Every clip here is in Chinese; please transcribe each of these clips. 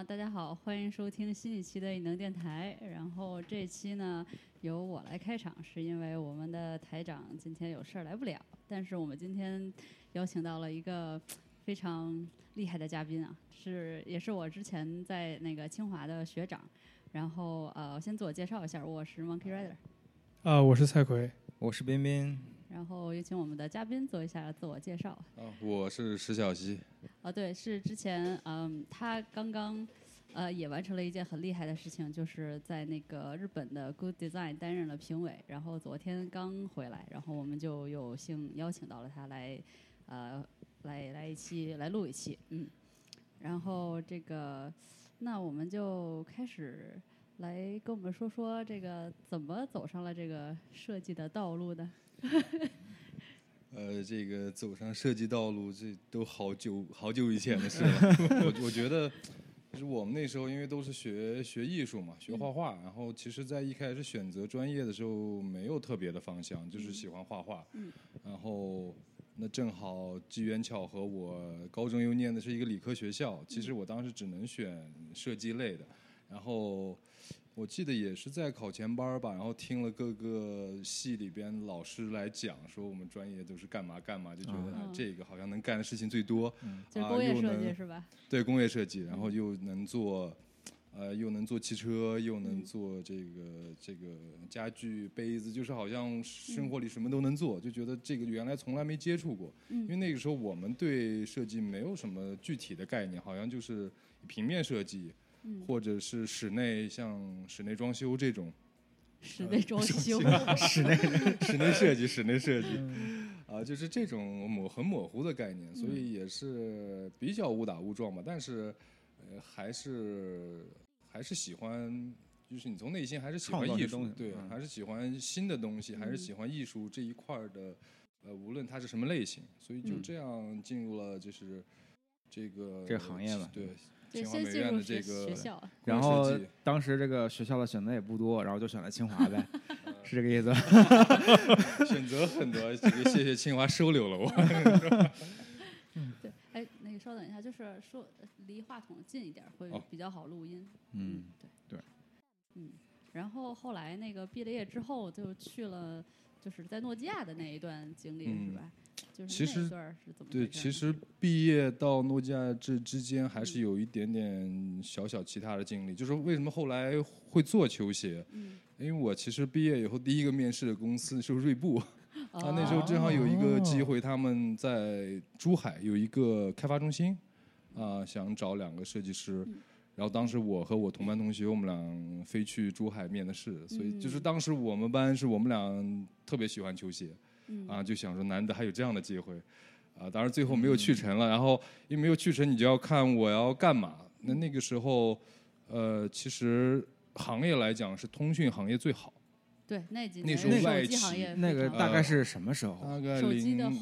大家好，欢迎收听新一期的异能电台。然后这期呢由我来开场，是因为我们的台长今天有事儿来不了，但是我们今天邀请到了一个非常厉害的嘉宾啊，也是我之前在那个清华的学长。然后我先自我介绍一下，我是 Monkey Rider。 我是蔡奎， 我是彬彬。 然后有请我们的嘉宾做一下自我介绍。 我是石小溪。 对，是之前他刚刚也完成了一件很厉害的事情，就是在那个日本的 Good Design 担任了评委，然后昨天刚回来，然后我们就有幸邀请到了他来录一期，然后那我们就开始来跟我们说说这个怎么走上了这个设计的道路的。 这个走上设计道路，这都好久以前的事了。我觉得，就是我们那时候因为都是学艺术嘛，学画画，然后其实在一开始选择专业的时候没有特别的方向，就是喜欢画画。然后那正好机缘巧合，我高中又念的是一个理科学校，其实我当时只能选设计类的，然后我记得也是在考前班吧，然后听了各个系里边老师来讲，说我们专业都是干嘛干嘛，就觉得这个好像能干的事情最多。 就是工业设计是吧？ 对，工业设计，然后又能做，又能做汽车，又能做这个家具、杯子，就是好像生活里什么都能做，就觉得这个原来从来没接触过。因为那个时候我们对设计没有什么具体的概念，好像就是平面设计。或者是室内装修这种， 室内装修， 室内设计，就是这种很模糊的概念，所以也是比较误打误撞吧。但是，还是喜欢，就是你从内心还是喜欢艺术，对，还是喜欢新的东西，还是喜欢艺术这一块的，无论它是什么类型，所以就这样进入了就是这个行业了， 对。 先清华美院的这个学校， 然后当时这个学校的选择也不多，然后就选了清华呗，是这个意思。 选择很多，谢谢清华收留了我。 对，那个稍等一下，就是说离话筒近一点会比较好录音。 对。 然后后来那个毕了业之后就去了，就是在诺基亚的那一段经历是吧？就是那一段是怎么回事？ 对，其实毕业到诺基亚这之间还是有一点点小其他的经历。就是为什么后来会做球鞋？因为我其实毕业以后第一个面试的公司是锐步，那时候正好有一个机会，他们在珠海有一个开发中心，想找2个设计师。然后当时我和我同班同学，我们俩飞去珠海面的试，所以就是当时我们班是我们俩特别喜欢球鞋。就想说难得还有这样的机会，当然最后没有去成了。然后因为没有去成，你就要看我要干嘛。那个时候，其实行业来讲是通讯行业最好。 对，那时候外企那个大概是什么时候？ 大概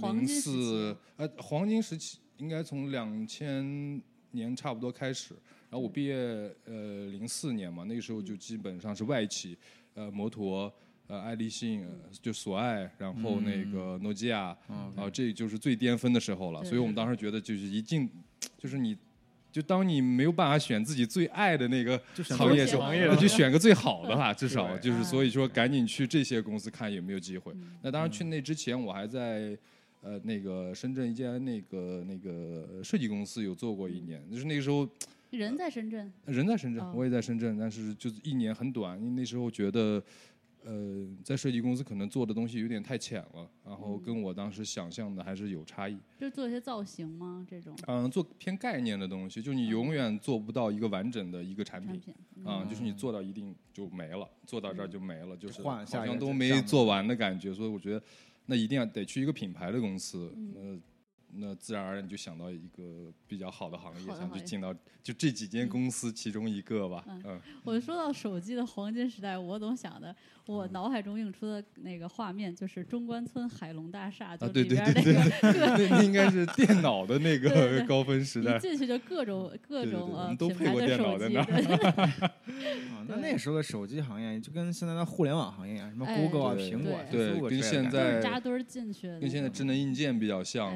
04，黄金时期应该从2000年差不多开始。然后我毕业04年嘛，那个时候就基本上是外企，摩托。爱立信就索爱，然后那个诺基亚，这就是最巅峰的时候了。所以我们当时觉得就是就是就当你没有办法选自己最爱的那个行业时候，那就选个最好的吧，至少就是所以说赶紧去这些公司看有没有机会。那当然去那之前我还在那个深圳一家那个设计公司有做过1年，就是那个时候人在深圳， 我也在深圳，但是就是1年很短，因为那时候觉得。在设计公司可能做的东西有点太浅了，然后跟我当时想象的还是有差异。 就做一些造型吗？这种？ 做偏概念的东西，就你永远做不到一个完整的一个产品。就是你做到一定就没了，做到这儿就没了，就是好像都没做完的感觉。所以我觉得，那一定要得去一个品牌的公司。那自然而然你就想到一个比较好的行业，想去进到就这几间公司其中一个吧。 我说到手机的黄金时代，我总想的，我脑海中映出的那个画面就是中关村海龙大厦，就里边那个那应该是电脑的那个高峰时代。 一进去就各种都配过电脑在那儿。那时候的手机行业就跟现在的互联网行业什么 Google 啊、苹果、 对，跟现在扎堆进去， 跟现在智能硬件比较像这种感觉。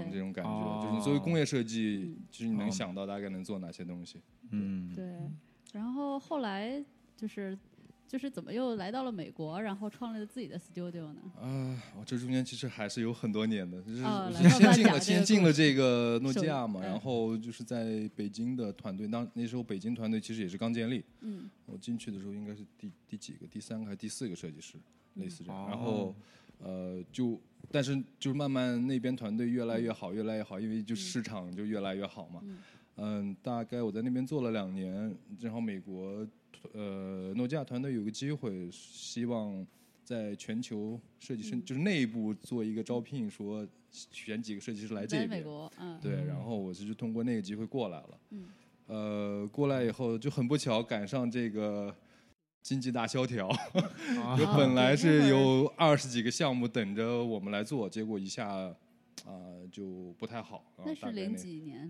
觉，就是你作为工业设计，就是你能想到大概能做哪些东西。 对。然后后来就是怎么又来到了美国，然后创立了自己的 studio 呢？ 我这中间其实还是有很多年的，就是先进了这个诺基亚嘛，然后就是在北京的团队，那时候北京团队其实也是刚建立，我进去的时候应该是第几个，第3个还是第4个设计师，类似这样，然后但是就慢慢那边团队越来越好，越来越好，因为就市场就越来越好嘛。大概我在那边做了2年，正好美国诺基亚团队有个机会，希望在全球设计师就是内部做一个招聘，说选几个设计师来这边。 在美国， 对，然后我是通过那个机会过来了。过来以后就很不巧赶上这个经济大萧条，就本来是有20几个项目等着我们来做，结果一下就不太好。 那是零几年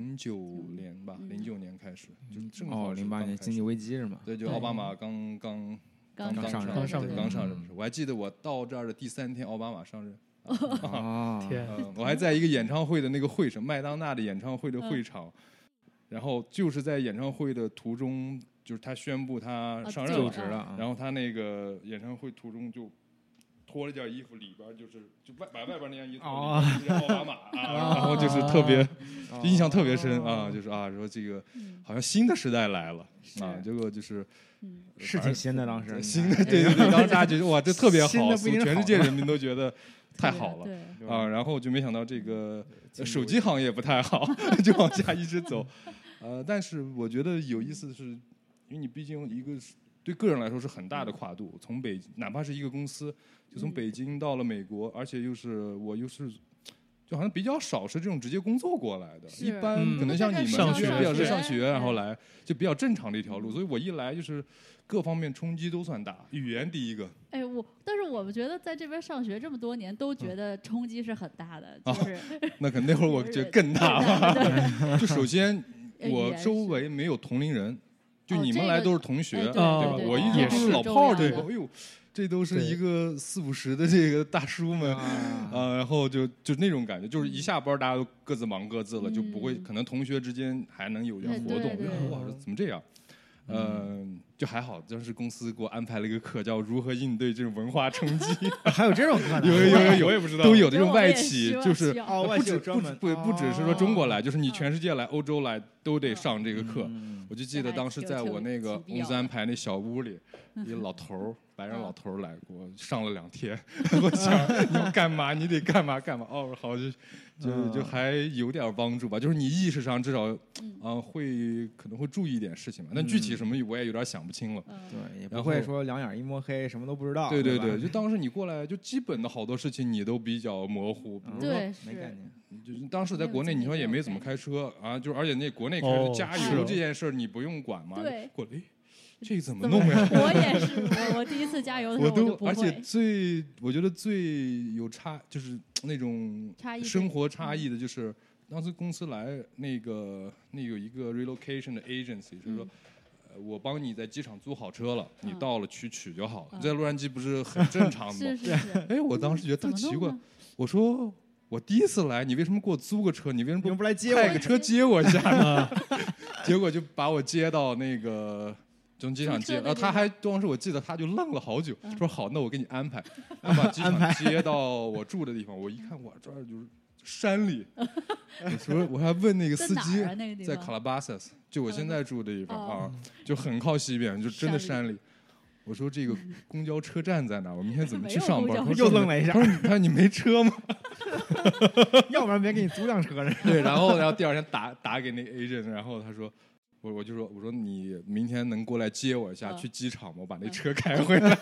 ？09年吧，09年开始，就正好 08年经济危机是吗？ 对，就奥巴马刚上任的时候，我还记得我到这儿的第3天，奥巴马上任。 天！ 我还在一个演唱会的那个会场，麦当娜的演唱会的会场，然后就是在演唱会的途中，就是他宣布他上任了，然后他那个演唱会途中就脱了件衣服，里边就把外边那件衣服就是奥巴马然后就是特别印象特别深就是说这个好像新的时代来了结果就是是挺新的，当时新的对，当时大家觉得哇这特别好，全世界人民都觉得太好了然后就没想到这个手机行业不太好，就往下一直走但是我觉得有意思的是，因为你毕竟一个对个人来说是很大的跨度，从哪怕是一个公司，就从北京到了美国，而且我又是，就好像比较少是这种直接工作过来的，一般可能像你们比较是上学，然后来就比较正常的一条路，所以我一来就是各方面冲击都算大，语言第一个。 但是我们觉得在这边上学这么多年，都觉得冲击是很大的，就是那可能那会儿我觉得更大吧，就首先我周围没有同龄人。就你们来都是同学，对吧？我一直都是老炮儿这个，哎呦，这都是一个40、50的这个大叔们然后就那种感觉，就是一下班大家都各自忙各自了，就不会可能同学之间还能有点活动。哇，怎么这样？就还好，当时公司给我安排了一个课，叫如何应对这种文化冲击。 还有这种课呢？ 有，我也不知道，都有这种外企，就是不只是说中国来，就是你全世界来，欧洲来都得上这个课。我就记得当时在我那个公司安排那小屋里，一个老头儿，白人老头儿来给我上了2天。我想你要干嘛？你得干嘛？好就还有点帮助吧，就是你意识上至少可能会注意一点事情嘛。但具体什么我也有点想不清了。 对，也不会说2眼一摸黑什么都不知道。 对，就当时你过来，就基本的好多事情你都比较模糊，比如说没概念。 就是当时在国内，你说也没怎么开车就是而且那国内开车加油这件事你不用管嘛。 对， 过来，这怎么弄呀？ 我也是，我第一次加油的时候我就不会。 而且我觉得最有就是那种生活差异的，就是当时公司来那有一个 relocation 的 agency， 就是说。我帮你在机场租好车了，你到了取就好了。在洛杉矶不是很正常的吗？ 是。 我当时觉得特奇怪，我说我第一次来，你为什么给我租个车？你为什么不来接我？ 派个车接我一下呢？结果就把我接到那个从机场接，他还当时我记得他就愣了好久，说好，那我给你安排，把机场接到我住的地方。我一看，哇，这儿就是山里。我还问那个司机，在卡拉巴萨斯，就我现在住的地方就很靠西边，就真的山里。我说这个公交车站在哪？我明天怎么去上班？ 又愣了一下。 他说你没车吗？ 要不然别给你租辆车呢。 对，然后第2天打给那个 agent， 然后他说。我说你明天能过来接我一下去机场吗？我把那车开回来。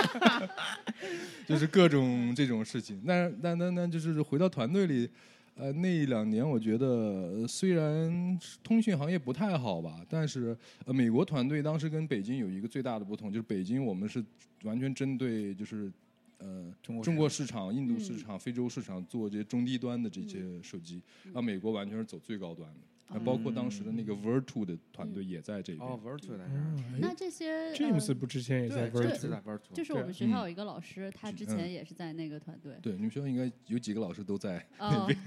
就是各种这种事情。那就是回到团队里，那2年我觉得虽然通讯行业不太好吧，但是美国团队当时跟北京有一个最大的不同，就是北京我们是完全针对就是中国市场、印度市场、非洲市场做这些中低端的这些手机，美国完全是走最高端的。 包括当时的那个 Vertu 的团队也在这边。 Vertu 在这儿。 那这些 James 不之前也在 Vertu， 就是我们学校有一个老师，他之前也是在那个团队。 对，你们学校应该有几个老师都在那边。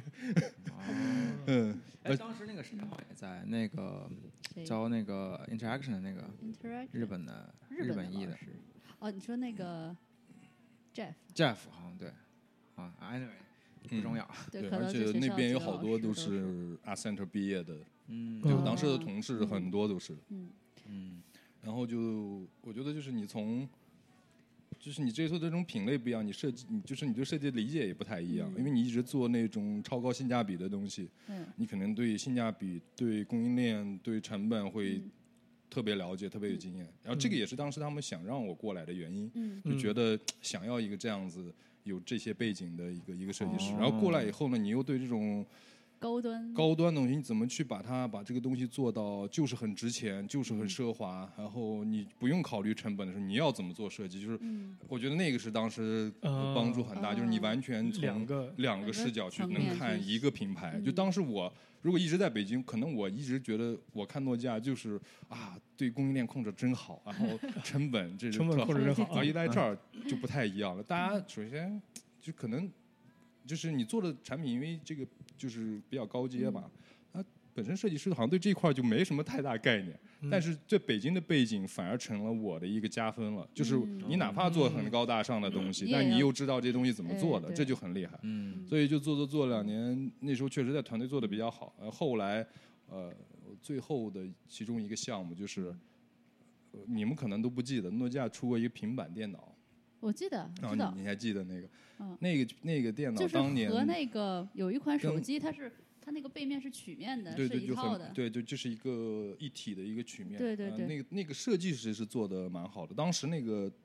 当时那个谁好像也在那个教那个 Interaction 的那个日本裔的。 你说那个 Jeff 好像对，anyway 不重要。 对， 而且那边有好多都是 Art Center 毕业的，就当时的同事很多都是。然后我觉得就是你这次这种品类不一样，你对设计的理解也不太一样，因为你一直做那种超高性价比的东西，你可能对性价比、对供应链、对成本会特别了解，特别有经验。然后这个也是当时他们想让我过来的原因，就觉得想要一个这样子有这些背景的一个设计师。然后过来以后呢，你又对这种高端的东西，你怎么去把这个东西做到就是很值钱，就是很奢华，然后你不用考虑成本的时候，你要怎么做设计？就是我觉得那个是当时帮助很大，就是你完全从两个视角去能看一个品牌。就当时我如果一直在北京，可能我一直觉得我看诺基亚就是对供应链控制真好，然后成本控制真好， 一来这儿就不太一样了。大家首先就可能就是你做的产品，因为这个就是比较高阶吧，本身设计师好像对这一块就没什么太大概念，但是在北京的背景反而成了我的一个加分了。就是你哪怕做很高大上的东西，但你又知道这东西怎么做的，这就很厉害。所以就做2年，那时候确实在团队做的比较好。后来最后的其中一个项目就是你们可能都不记得，诺基亚出过一个平板电脑。 我记得，知道你还记得那个？那个电脑当年就是和那个有一款手机，它那个背面是曲面的， 对， 是一套的。 对，就是一个一体的一个曲面。 对。 那个设计师是做的蛮好的。当时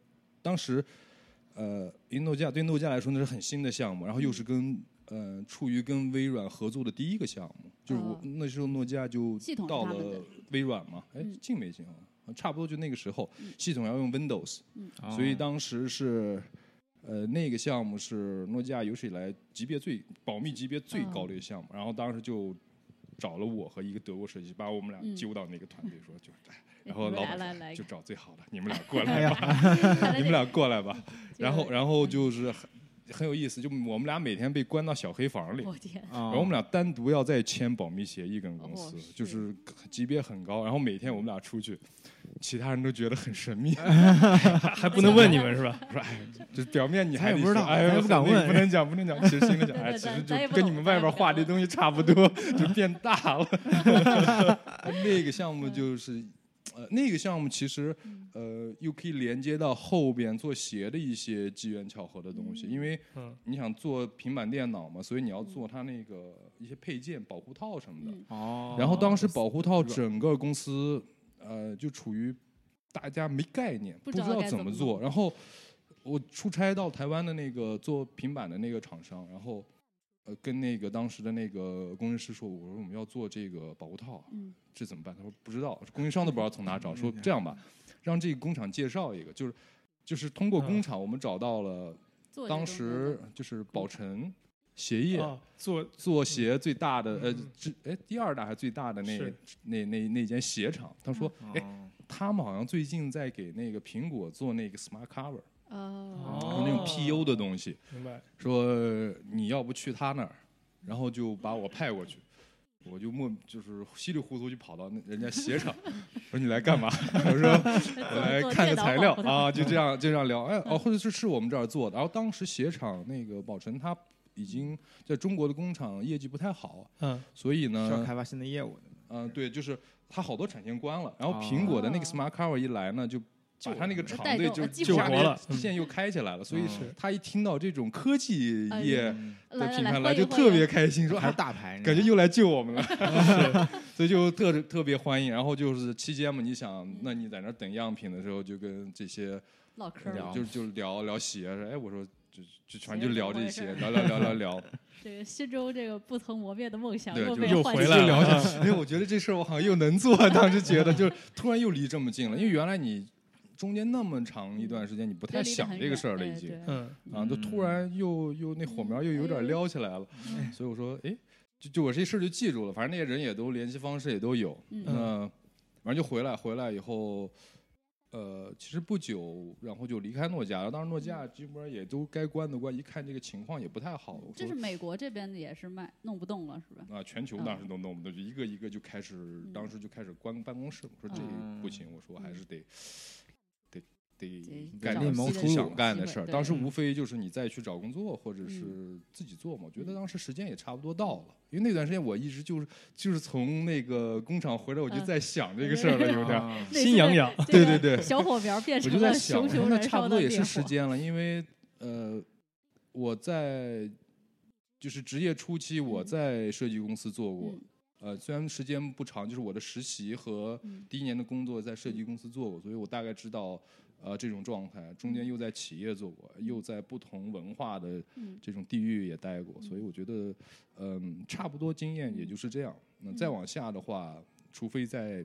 诺基亚对诺基亚来说那是很新的项目，然后又是处于跟微软合作的第一个项目，就是那时候诺基亚就到了微软嘛，进没进啊？差不多就那个时候，系统要用 Windows，所以当时是那个项目是诺基亚有史以来保密级别最高的一个项目，然后当时就找了我和一个德国设计，把我们俩揪到那个团队说然后老板就找最好的，你们俩过来吧，你们俩过来吧，然后就是很有意思，就我们俩每天被关到小黑房里，然后我们俩单独要再签保密协议跟公司，就是级别很高，然后每天我们俩出去，其他人都觉得很神秘， 还不能问你们是吧？ 说就表面你还不知道， 不敢问， 不能讲，其实心里讲，其实就跟你们外边画这东西差不多，就变大了。那个项目就是。那个项目其实，又可以连接到后边做鞋的一些机缘巧合的东西，因为你想做平板电脑嘛，所以你要做它那个一些配件、保护套什么的。然后当时保护套整个公司，就处于大家没概念，不知道怎么做。然后我出差到台湾的那个做平板的那个厂商，然后。跟那个当时的那个工程师说，我说我们要做这个保护套，这怎么办？他说不知道，供应商都不知道从哪找。说这样吧，让这个工厂介绍一个，就是通过工厂我们找到了，当时就是宝成鞋业做鞋最大的第2大还是最大的那间鞋厂。他说他们好像最近在给那个苹果做那个 Smart Cover。那种 PU 的东西， 明白？ 说你要不去他那儿，然后就把我派过去，我就是稀里糊涂就跑到人家鞋厂，说你来干嘛？我说我来看个材料啊，就这样聊，或者是我们这儿做的。然后当时鞋厂那个宝成他已经在中国的工厂业绩不太好，所以呢需要开发新的业务对，就是他好多产线关了，然后苹果的那个 Smart Cover 一来呢就。把他那个厂队就救活了， 线又开起来了，所以他一听到这种科技业的品牌来，就特别开心，说还是大牌， 感觉又来救我们了，所以就特别欢迎。然后就是期间嘛，你想，那你在那等样品的时候，就跟这些唠嗑， 就聊鞋，我说就全就聊这些，聊。 这个心中这个不曾磨灭的梦想又回来了， 因为我觉得这事儿我好像又能做，当时觉得就突然又离这么近了，因为原来你。中间那么长一段时间，你不太想这个事儿了，已经，就突然又那火苗又有点撩起来了，所以我说， 就我这事儿就记住了，反正那些人也都联系方式也都有。反正就回来以后，其实不久，然后就离开诺基亚了。当时诺基亚基本上也都该关的关，一看这个情况也不太好。 这是美国这边也是弄不动了，是吧？ 啊，全球当时都弄不动，就一个一个就开始，当时就开始关办公室。我说这不行，我说还是得干另谋出路想干的事儿。当时无非就是你再去找工作，或者是自己做嘛。我觉得当时时间也差不多到了，因为那段时间我一直就是从那个工厂回来，我就在想这个事儿了，有点心痒痒。 对， 小火苗变成了熊熊燃烧的烈火。 那差不多也是时间了，因为我在就是职业初期，我在设计公司做过。虽然时间不长，就是我的实习和第1年的工作在设计公司做过，所以我大概知道这种状态。中间又在企业做过，又在不同文化的这种地域也待过，所以我觉得差不多经验也就是这样。那再往下的话，除非在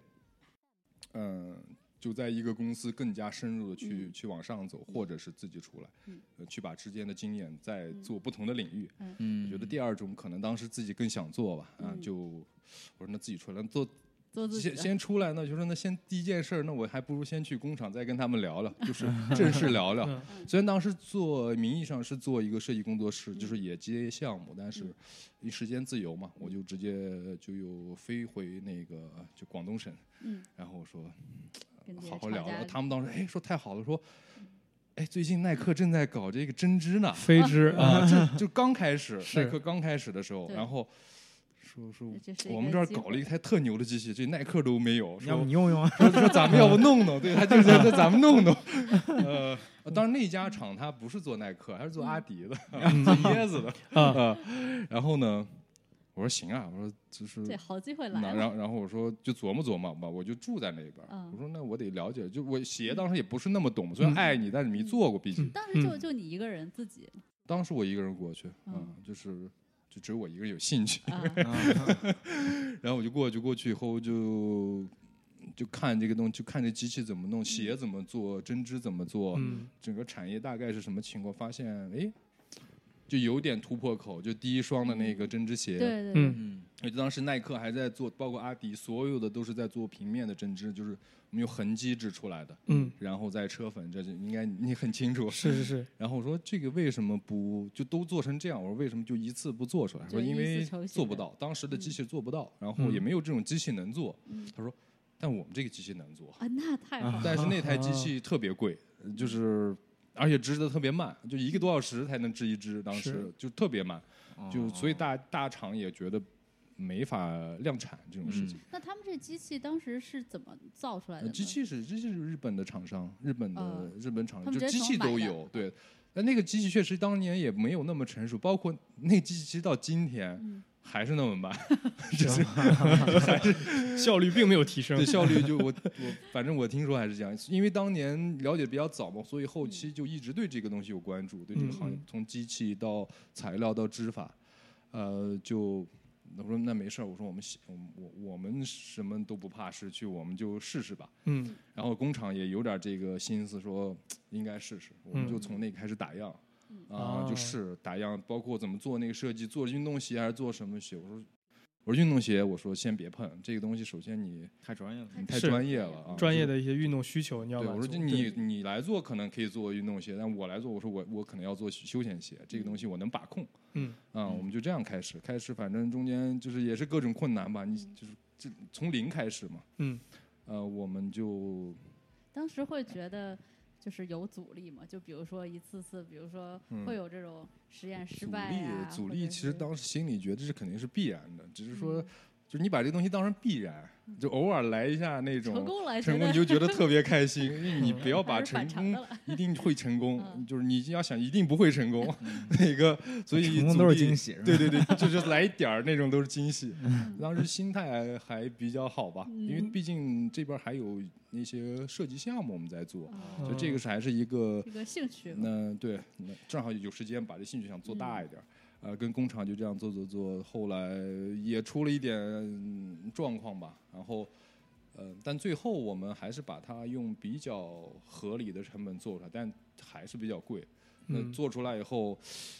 就在一个公司更加深入的去往上走，或者是自己出来，去把之间的经验再做不同的领域。我觉得第二种可能当时自己更想做吧，就我说那自己出来做自己先出来，那就说那先第一件事，那我还不如先去工厂再跟他们聊聊，就是正式聊聊。虽然当时名义上是做一个设计工作室，就是也接项目，但是因为时间自由嘛，我就直接就又飞回那个就广东省，然后我说好好聊聊。他们当时说太好了，说最近耐克正在搞这个针织呢， 飞织就刚开始，耐克刚开始的时候，然后。说我们这儿搞了一台特牛的机器，这耐克都没有， 要不你用用啊？ 说咱们要不弄弄，对，他就是说咱们弄弄。当然那家厂他不是做耐克，还是做阿迪的，做椰子的然后呢，我说行啊，我说就是这好机会来了。 然后我说就琢磨琢磨吧，我就住在那边。我说那我得了解，就我鞋当时也不是那么懂，虽然爱你，但是没做过，毕竟。 当时就你一个人自己。 当时我一个人过去，就只有我一个人有兴趣，然后我就过去以后就看这个东西，就看这机器怎么弄，鞋怎么做，针织怎么做，整个产业大概是什么情况，发现就有点突破口，就第一双的那个针织鞋， 对， 因为当时耐克还在做，包括阿迪，所有的都是在做平面的针织，就是我们用痕迹织出来的，然后再车粉，这应该你很清楚。 是。 然后我说这个为什么不就都做成这样？我说为什么就一次不做出来？说因为做不到，当时的机器做不到，然后也没有这种机器能做。他说，但我们这个机器能做啊，那太好了。 但是那台机器特别贵，就是而且织的特别慢，就1个多小时才能织一织，当时就特别慢，就所以大厂也觉得没法量产这种事情。 那他们这机器当时是怎么造出来的？ 机器是日本的厂商，日本厂商，就机器都有，对。但那个机器确实当年也没有那么成熟，包括那个机器其实到今天还是那么慢，就是还是效率并没有提升。 对，效率就我反正我听说还是这样，因为当年了解比较早嘛，所以后期就一直对这个东西有关注，对这个行业从机器到材料到织法，就。我说那没事儿，我说我们什么都不怕失去，我们就试试吧。然后工厂也有点这个心思，说应该试试，我们就从那个开始打样，就是打样，包括怎么做那个设计，做运动鞋还是做什么鞋。我说运动鞋，我说先别碰这个东西，首先你太专业了， 你太专业了啊！ 专业的一些运动需求你要。 对，我说就你来做可能可以做运动鞋，但我来做，我说我可能要做休闲鞋，这个东西我能把控。我们就这样开始，反正中间就是也是各种困难吧，你就是从零开始嘛。我们就当时会觉得。就是有阻力嘛，就比如说一次次，比如说会有这种实验失败啊。 阻力其实当时心里觉得这肯定是必然的，只是说，就是你把这个东西当成必然，就偶尔来一下那种成功，你就觉得特别开心。因为你不要把成功一定会成功，就是你要想一定不会成功，那个所以成功都是惊喜。 对，就是来一点儿那种都是惊喜。当时心态还比较好吧，因为毕竟这边还有。那些设计项目我们在做，所以这个是还是一个兴趣。 那对，正好有时间把这兴趣想做大一点，跟工厂就这样做，后来也出了一点状况吧，然后但最后我们还是把它用比较合理的成本做出来，但还是比较贵。那做出来以后，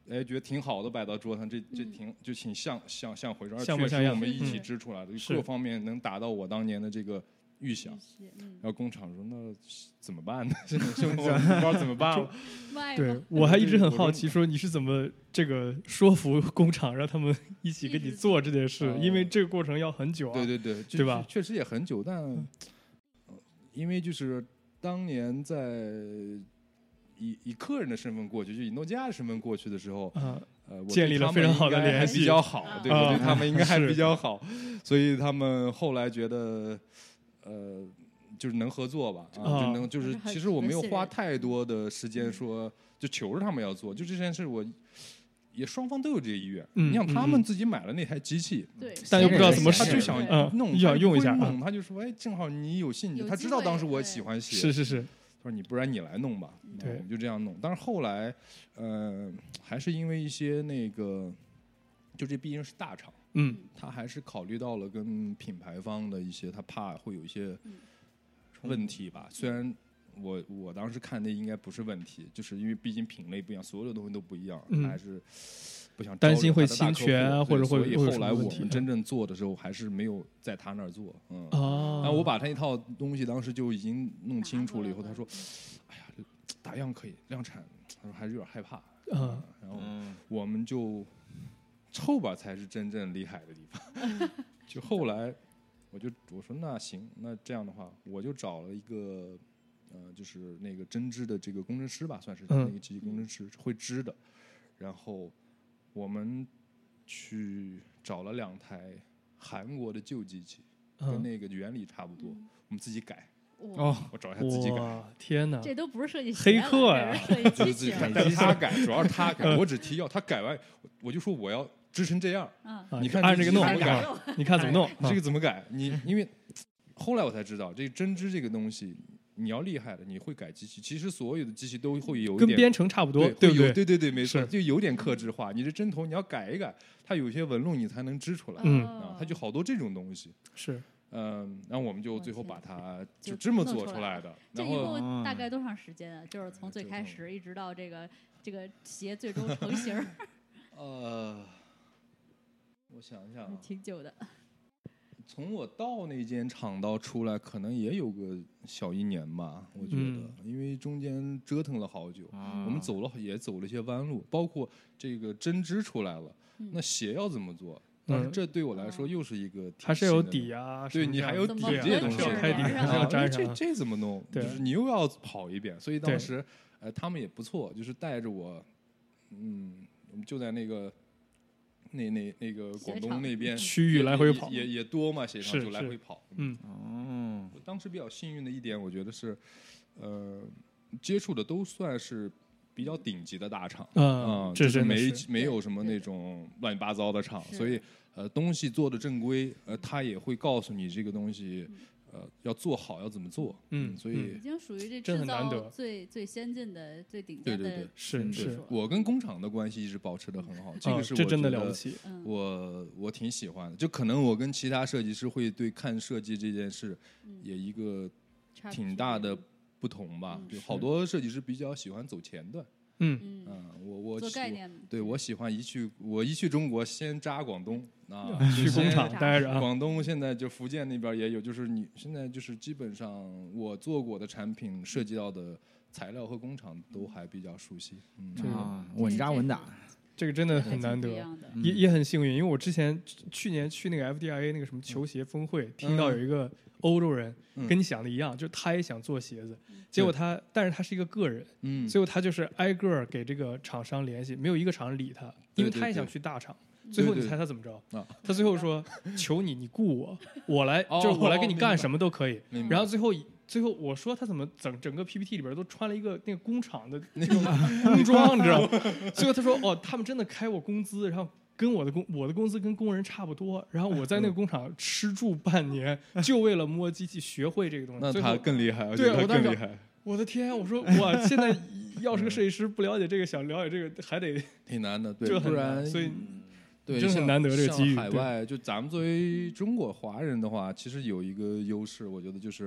觉得挺好的摆到桌上，这挺像回事，而像模像样我们一起织出来的，各方面能达到我当年的这个预想。然后工厂说那怎么办呢？现在我不知道怎么办了。 对，我还一直很好奇，说你是怎么这个说服工厂让他们一起跟你做这件事？因为这个过程要很久啊。 对， 对吧？ 确实也很久，但因为就是当年在以客人的身份过去，就以诺基亚的身份过去的时候， 建立了非常好的联系， 比较好。对，我对他们应该还比较好，所以他们后来觉得，就是能合作吧，就是其实我没有花太多的时间说就求着他们要做，就这件事我也双方都有这个意愿。你想他们自己买了那台机器， 但又不知道怎么使， 他就想弄， 想用一下， 他就说正好你有兴趣，他知道当时我喜欢写， 是。 他说你不然你来弄吧，我们就这样弄。但是后来，还是因为一些那个，就这毕竟是大厂，他还是考虑到了跟品牌方的一些，他怕会有一些问题吧。虽然我当时看那应该不是问题，就是因为毕竟品类不一样，所有的东西都不一样，还是不想担心会侵权啊，或者会。 所以后来我们真正做的时候，还是没有在他那儿做。然后我把他一套东西当时就已经弄清楚了以后，他说：“哎呀，打样可以，量产。”他说还是有点害怕。然后我们就后边才是真正厉害的地方。就后来我说那行，那这样的话，我就找了一个就是那个针织的这个工程师吧，算是那个机器工程师，会织的。然后我们去找了2台韩国的旧机器，跟那个原理差不多，我们自己改。我找一下自己改。 天哪， 这都不是设计黑客呀！ 自己他改，主要是他改，我只提要他改完，我就说我要织成这样。你看按这个弄，你看怎么弄？ 你这个怎么改？因为后来我才知道，这针织这个东西。你要厉害的，你会改机器。其实所有的机器都会有一点跟编程差不多， 对不对？对，没错，就有点客制化。你的针头你要改一改，它有些纹路你才能织出来。它就好多这种东西。 是， 然后我们就最后把它就这么做出来的。 这一步大概多长时间啊？就是从最开始一直到这个鞋最终成型。 我想想， 挺久的。 从我到那间厂到出来，可能也有个小1年吧，我觉得，因为中间折腾了好久，我们也走了一些弯路，包括这个针织出来了，那鞋要怎么做？但是这对我来说又是一个还是有底啊， 对你还有底这些东西， 开底要粘上， 这怎么弄？就是你又要跑一遍，所以当时他们也不错，就是带着我，我们就在那个。那个广东那边区域来回跑也多嘛，鞋厂就来回跑。我当时比较幸运的一点，我觉得是，接触的都算是比较顶级的大厂，就是没有什么那种乱七八糟的厂，所以东西做的正规，他也会告诉你这个东西。要做好要怎么做？所以已经属于这制造最先进的、最顶尖的。 对， 是。 我跟工厂的关系一直保持得很好，这个是这真的了不起。 我挺喜欢的，就可能我跟其他设计师会对看设计这件事也一个挺大的不同吧。就好多设计师比较喜欢走前端。我做概念， 对我喜欢一去中国先扎广东啊， 去工厂待着。 广东现在就福建那边也有，就是你现在就是基本上我做过的产品涉及到的材料和工厂都还比较熟悉。 稳扎稳打， 这个真的很难得，也很幸运，因为我去年去那个 FDIA 那个什么球鞋峰会，听到有一个欧洲人跟你想的一样，就他也想做鞋子，结果但是他是一个个人，最后他就是挨个给这个厂商联系，没有一个厂商理他，因为他也想去大厂。最后你猜他怎么着？他最后说：“求你雇我来，就是我来给你干什么都可以。”然后最后我说他怎么整个 PPT 里边都穿了一个那个工厂的那种工装，你知道吗？最后他说：“他们真的开我工资，然后跟我的工资跟工人差不多，然后我在那个工厂吃住半年，就为了摸机器学会这个东西。” 那他更厉害， 对，我更厉害。 我的天！我说我现在要是个设计师，不了解这个，想了解这个还得挺难的，对， 这很难， 所以。 对， 真很难得这个机遇。 海外就咱们作为中国华人的话，其实有一个优势，我觉得就是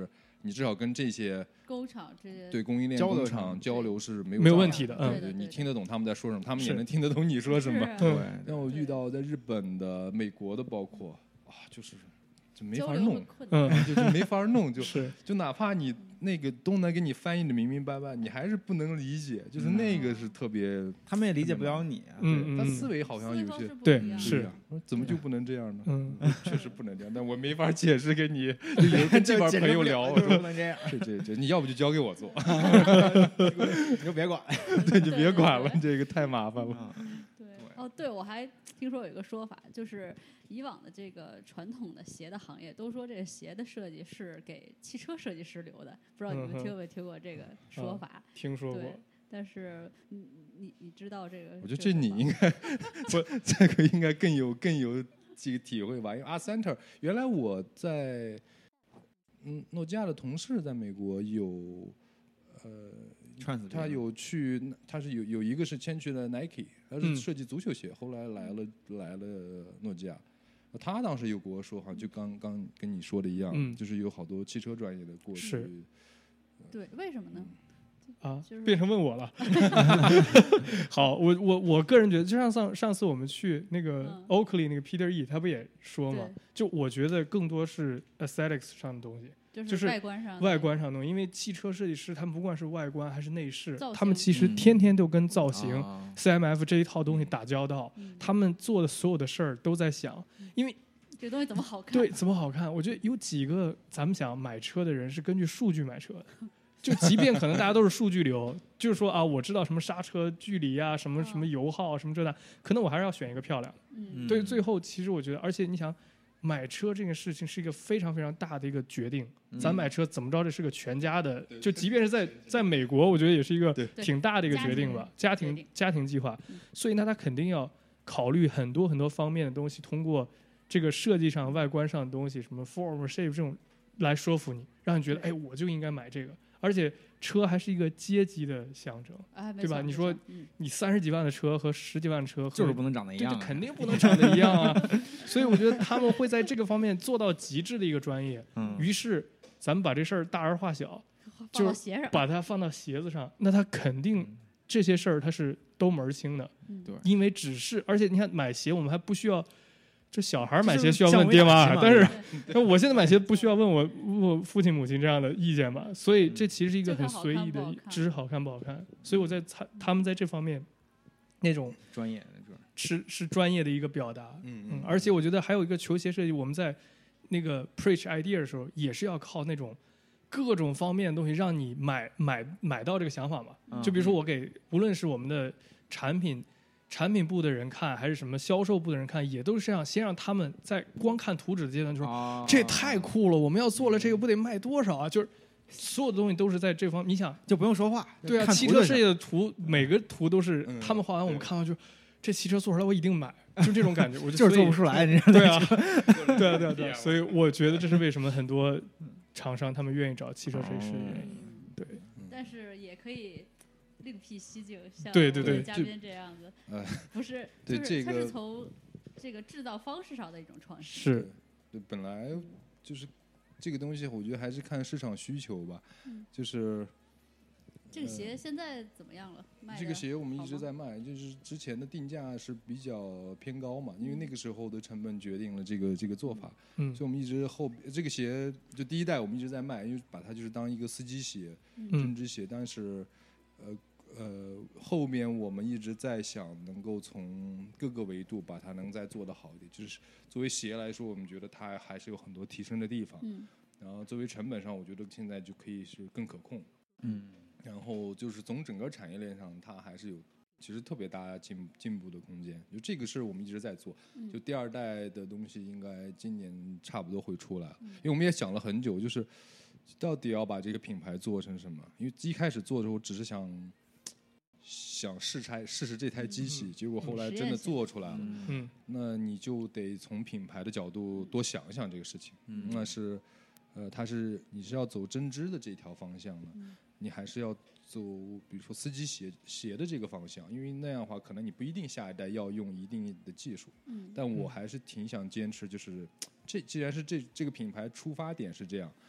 你至少跟这些工厂这些对供应链工厂交流是没有问题的， 对，你听得懂他们在说什么，他们也能听得懂你说什么。 对， 让我遇到在日本的、美国的，包括就是就没法弄，就没法弄，就哪怕你那个都能给你翻译的明明白白，你还是不能理解，就是那个是特别， 他们也理解不了你， 他思维好像有些对是， 怎么就不能这样呢？确实不能这样，但我没法解释给你，就跟这帮朋友聊，我说不能这样， 这你要不就交给我做， 你就别管， 对，就别管了，这个太麻烦了。 对，我还听说有一个说法，就是以往的这个传统的鞋的行业都说这个鞋的设计是给汽车设计师留的，不知道你们听没听过这个说法？ 听说过。 但是你知道这个？ 我觉得这你应该这个应该更有这个体会吧，因为阿森特原来我在诺基亚的同事在美国有他有去，他是有一个是先去了 Nike， 他是设计足球鞋，后来来了诺基亚。他当时有跟我说，好像就刚跟你说的一样，就是有好多汽车专业的过去。 对，为什么呢？ 变成问我了。好，我个人觉得，就像上次我们去那个 Oakley 那个 Peter E， 他不也说嘛？就我觉得更多是 aesthetics 上的东西。 就是外观上的东西，因为汽车设计师他们不管是外观还是内饰，他们其实天天都跟造型、CMF 这一套东西打交道，他们做的所有的事儿都在想，因为这东西怎么好看？ 对，怎么好看？我觉得有几个咱们想买车的人是根据数据买车的，就即便可能大家都是数据流，就是说我知道什么刹车距离啊，什么油耗什么这那，可能我还是要选一个漂亮的。对，最后其实我觉得，而且你想。买车这件事情是一个非常非常大的一个决定，咱买车怎么着，这是个全家的，就即便是在美国，我觉得也是一个挺大的一个决定吧，家庭计划，所以他肯定要考虑很多很多方面的东西，通过这个设计上、外观上的东西，什么 form shape 这种来说服你，让你觉得我就应该买这个，而且车还是一个阶级的象征，对吧？你说你30几万的车和10几万的车就是不能长得一样， 对，肯定不能长得一样啊。所以我觉得他们会在这个方面做到极致的一个专业。于是咱们把这事儿大而化小，就是把它放到鞋子上，那他肯定这些事儿他是都门儿清的。 对， 因为而且你看买鞋，我们还不需要。这小孩买鞋需要问爹妈，但是我现在买鞋不需要问我父亲母亲这样的意见嘛，所以这其实是一个很随意的，只是好看不好看。所以我在他们在这方面那种专业是专业的一个表达。而且我觉得还有一个球鞋设计，我们在那个 preach idea 的时候，也是要靠那种各种方面的东西让你买到这个想法嘛。就比如说我给无论是我们的产品部的人看，还是什么销售部的人看，也都是这样，先让他们在光看图纸的阶段就说，这也太酷了，我们要做了这个不得卖多少啊？就是所有的东西都是在这方面，你想就不用说话。 对啊，汽车设计的图每个图都是他们画完，我们看完就这汽车做出来我一定买，就这种感觉。我就是做不出来，你对啊，对，所以我觉得这是为什么很多厂商他们愿意找汽车设计师的原因。对， 但是也可以。另辟蹊径，像对嘉宾这样子，不是，就是它是从这个制造方式上的一种创新。 是， 对，本来就是这个东西，我觉得还是看市场需求吧。就是这个鞋现在怎么样了？ 这个鞋我们一直在卖，就是之前的定价是比较偏高嘛，因为那个时候的成本决定了这个做法。所以我们一直这个鞋就第一代我们一直在卖，因为把它就是当一个司机鞋、针织鞋，但是后面我们一直在想能够从各个维度把它能再做得好一点，就是作为鞋来说，我们觉得它还是有很多提升的地方。然后作为成本上，我觉得现在就可以是更可控。然后就是从整个产业链上，它还是有其实特别大进步的空间。就这个是我们一直在做，就第2代的东西应该今年差不多会出来，因为我们也想了很久，就是到底要把这个品牌做成什么？因为一开始做的时候只是想试试这台机器，结果后来真的做出来了。那你就得从品牌的角度多想一想这个事情。那是，你是要走针织的这条方向呢，你还是要走比如说司机鞋的这个方向？因为那样的话，可能你不一定下一代要用一定的技术。但我还是挺想坚持，就是既然是这个品牌出发点是这样，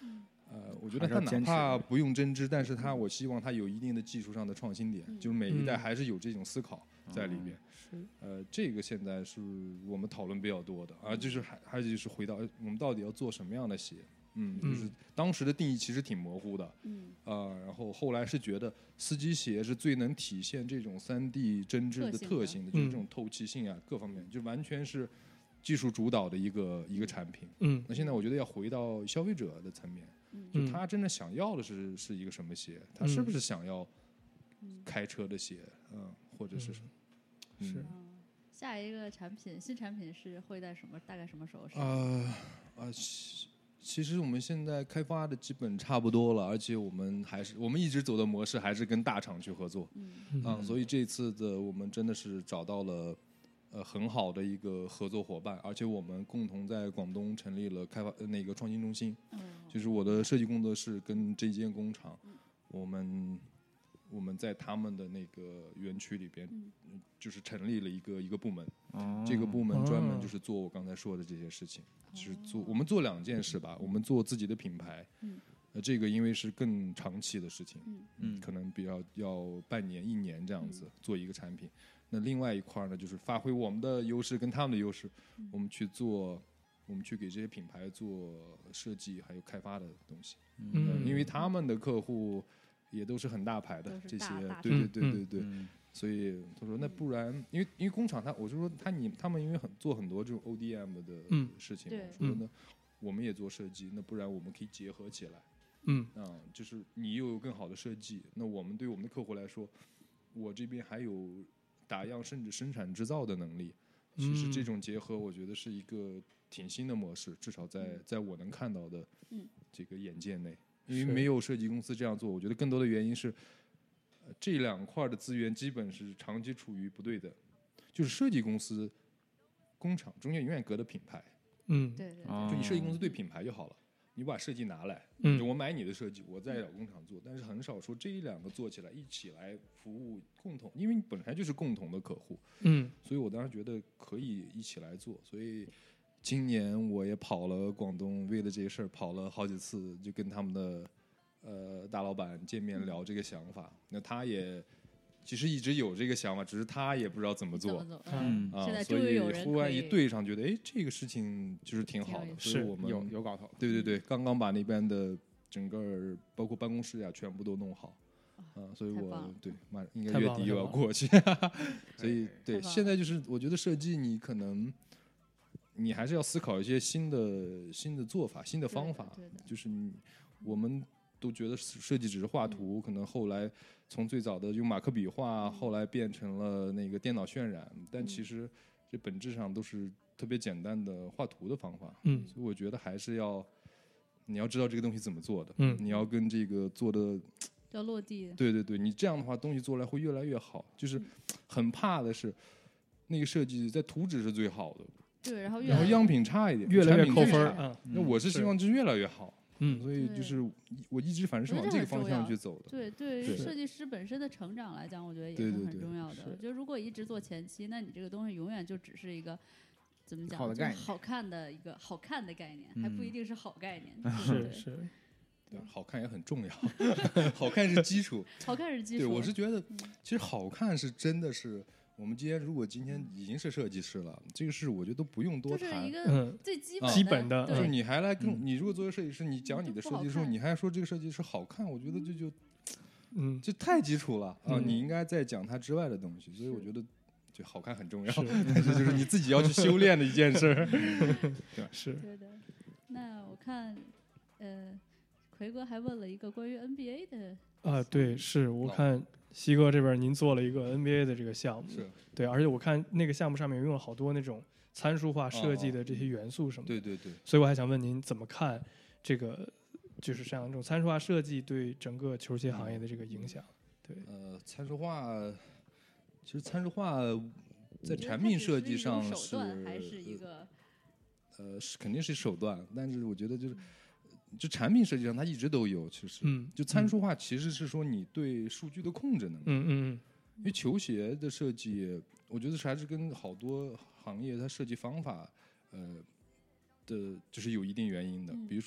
我觉得它哪怕不用针织，但是我希望它有一定的技术上的创新点，就是每一代还是有这种思考在里边。这个现在是我们讨论比较多的，就是还就是回到我们到底要做什么样的鞋。就是当时的定义其实挺模糊的，然后后来是觉得司机鞋是最能体现这种3D 针织的特性的，就是这种透气性啊，各方面就完全是技术主导的一个产品。那现在我觉得要回到消费者的层面，就他真正想要的是一个什么鞋，他是不是想要开车的鞋，或者是什么？ 是。下一个新产品是会在大概什么时候上？ 其实我们现在开发的基本差不多了，而且我们一直走的模式还是跟大厂去合作，所以这次我们真的是找到了很好的一个合作伙伴，而且我们共同在广东成立了开发那个创新中心，就是我的设计工作室跟这间工厂，我们在他们的那个园区里边，就是成立了一个部门，这个部门专门就是做我刚才说的这些事情，就是我们做2件事吧，我们做自己的品牌，这个因为是更长期的事情，可能比较要半年1年这样子做一个产品。那另外一块呢，就是发挥我们的优势跟他们的优势，我们去给这些品牌做设计还有开发的东西，因为他们的客户也都是很大牌的这些，对，所以他说那不然，因为工厂我就说他们因为做很多这种 ODM 的事情，我说呢我们也做设计，那不然我们可以结合起来，就是你又有更好的设计，那我们对我们的客户来说，我这边还有打样甚至生产制造的能力，其实这种结合我觉得是一个挺新的模式，至少在我能看到的这个眼界内。因为没有设计公司这样做，我觉得更多的原因是，这2块的资源基本是长期处于不对的，就是设计公司、工厂中间永远隔着品牌， 对， 就你设计公司对品牌就好了，你把设计拿来，就我买你的设计，我在工厂做，但是很少说这2个做起来一起来服务共同，因为你本来就是共同的客户，所以我当时觉得可以一起来做，所以。今年我也跑了广东，为了这个事儿跑了好几次，就跟他们的大老板见面聊这个想法。那他也其实一直有这个想法，只是他也不知道怎么做。所以忽然一对上，觉得这个事情就是挺好的，所以我们有搞头。 对，刚刚把那边的整个包括办公室呀全部都弄好。所以应该月底又要过去。所以对，现在就是我觉得设计你可能。你还是要思考一些新的做法、新的方法，就是我们都觉得设计只是画图，可能后来从最早的用马克笔画，后来变成了那个电脑渲染，但其实这本质上都是特别简单的画图的方法。所以我觉得还是你要知道这个东西怎么做的，你要跟这个做的要落地。 对，你这样的话东西做出来会越来越好。就是很怕的是那个设计在图纸是最好的。 对，然后样品差一点， 越来越扣分。 那我是希望就是越来越好。所以就是我一直反正是往这个方向去走的。 对于设计师本身的成长来讲，我觉得也是很重要的。就如果一直做前期，那你这个东西永远就只是一个怎么讲，好看的一个好看的概念，还不一定是好概念。 是。 对，好看也很重要，好看是基础。 好看是基础。 对，我是觉得其实好看是真的是。我们如果今天已经是设计师了，这个事我觉得都不用多谈， 就是一个最基本的。 就是你还来你如果作为设计师，你讲你的设计的时候，你还说这个设计师好看，我觉得这太基础了啊！你应该再讲它之外的东西。所以我觉得就好看很重要，这就是你自己要去修炼的一件事。对， 是。 对的。那我看，奎哥还问了一个关于 NBA 的对，是我看。西哥这边您做了一个 NBA 的这个项目，对，而且我看那个项目上面用了好多那种参数化设计的这些元素什么的， 对， 所以我还想问您怎么看这个，就是像这种参数化设计对整个球鞋行业的这个影响？对， 参数化，其实参数化在产品设计上是还是一个肯定是手段，但是我觉得就产品设计上它一直都有，其实，就参数化其实是说你对数据的控制能力，因为球鞋的设计，我觉得还是跟好多行业它设计方法，就是有一定原因的。比如说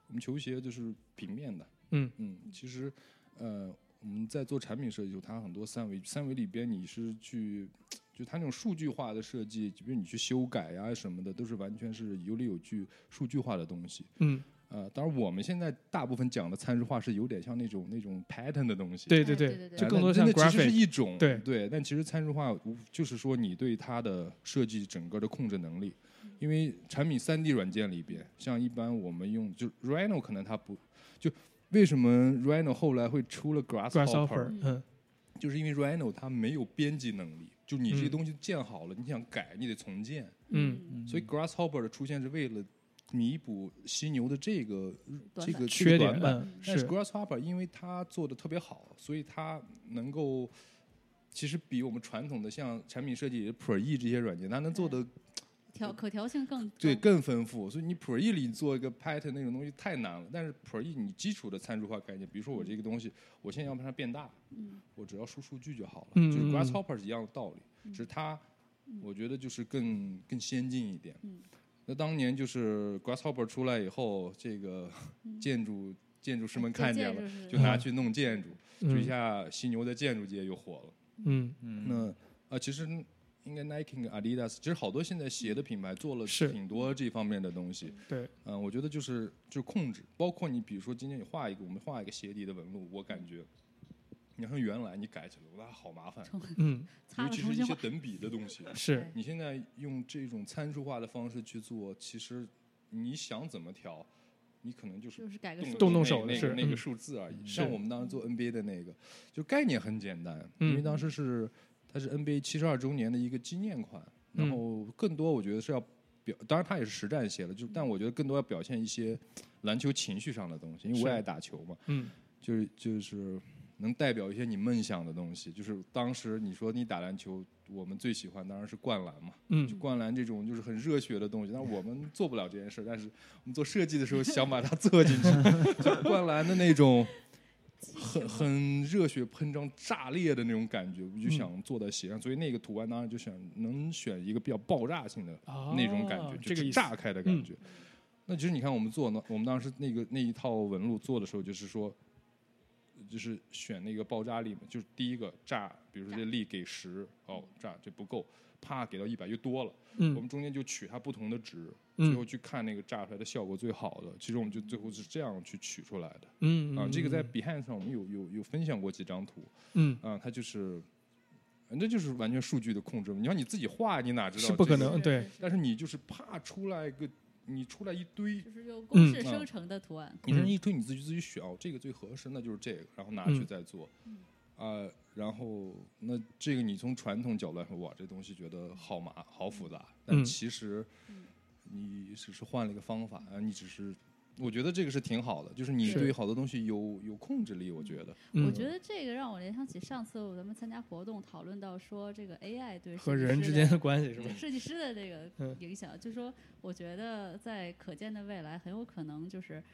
我们球鞋就是平面的，其实我们在做产品设计，它很多三维里边你是去。就它那种数据化的设计，比如你去修改呀什么的，都是完全是有理有据、数据化的东西。当然我们现在大部分讲的参数化是有点像那种 pattern 的东西。 对，就更多像 graphic。 其实是一种对， 但其实参数化就是说你对它的设计整个的控制能力，因为产品3D 软件里边，像一般我们用就 Rhino 可能它不就为什么 Rhino 后来会出了 Grasshopper？ 就是因为 Rhino 它没有编辑能力。就你这些东西建好了，你想改你得重建。所以 Grasshopper 的出现是为了弥补犀牛的这个缺点。 但是 Grasshopper 因为它做的特别好，所以它能够其实比我们传统的像产品设计 Pro-E 这些软件，它能做的可调性更丰富。所以你 Pro-E 里做一个 pattern 那种东西太难了，但是 Pro-E 你基础的参数化概念，比如说我这个东西，我现在要把它变大，我只要输数据就好了。就是 Grasshopper 是一样的道理，只是它我觉得就是更先进一点。那当年就是 Grasshopper 出来以后，这个建筑师们看见了，就拿去弄建筑，就一下犀牛的建筑界又火了。那其实。应该 Nike 跟 Adidas， 其实好多现在鞋的品牌做了挺多这方面的东西。 对， 我觉得就是控制，包括你比如说今天我们画一个鞋底的纹路，我感觉，你看原来你改起来，那好麻烦。尤其是一些等比的东西。 是你现在用这种参数化的方式去做，其实你想怎么调，你可能就是改个动手那个数字而已。像我们当时做 NBA 的那个，就概念很简单，因为当时它是 NBA 72周年的一个纪念款，然后更多我觉得是要当然它也是实战鞋了，但我觉得更多要表现一些篮球情绪上的东西，因为我也爱打球嘛，就是能代表一些你梦想的东西。就是当时你说你打篮球，我们最喜欢当然是灌篮嘛，就灌篮这种就是很热血的东西，但我们做不了这件事，但是我们做设计的时候想把它做进去，就灌篮的那种。很热血喷张、炸裂的那种感觉，我就想做在鞋上，所以那个图案当然就想能选一个比较爆炸性的那种感觉，就是炸开的感觉。那其实你看我们当时那一套纹路做的时候，就是说，就是选那个爆炸力嘛，就是第一个炸，比如说这力给10，炸这不够，啪给到100又多了，我们中间就取它不同的值。最后去看那个炸出来的效果最好的，其实我们就最后是这样去取出来的。这个在 Behance 上我们有分享过几张图。它就是这就是完全数据的控制。你要你自己画，你哪知道？ 是不可能，对。 但是你就是啪出来你出来一堆， 就是用公式生成的图案。 你这一堆你自己选，这个最合适，那就是这个，然后拿去再做。然后那这个你从传统角度来说，哇，这东西觉得好复杂，但其实。你只是换了一个方法，我觉得这个是挺好的，就是你对好多东西有控制力，我觉得。 我觉得这个让我联想起上次咱们参加活动讨论到说这个 AI 对和人之间的关系是吧？ 设计师的这个影响，就是说我觉得在可见的未来很有可能就是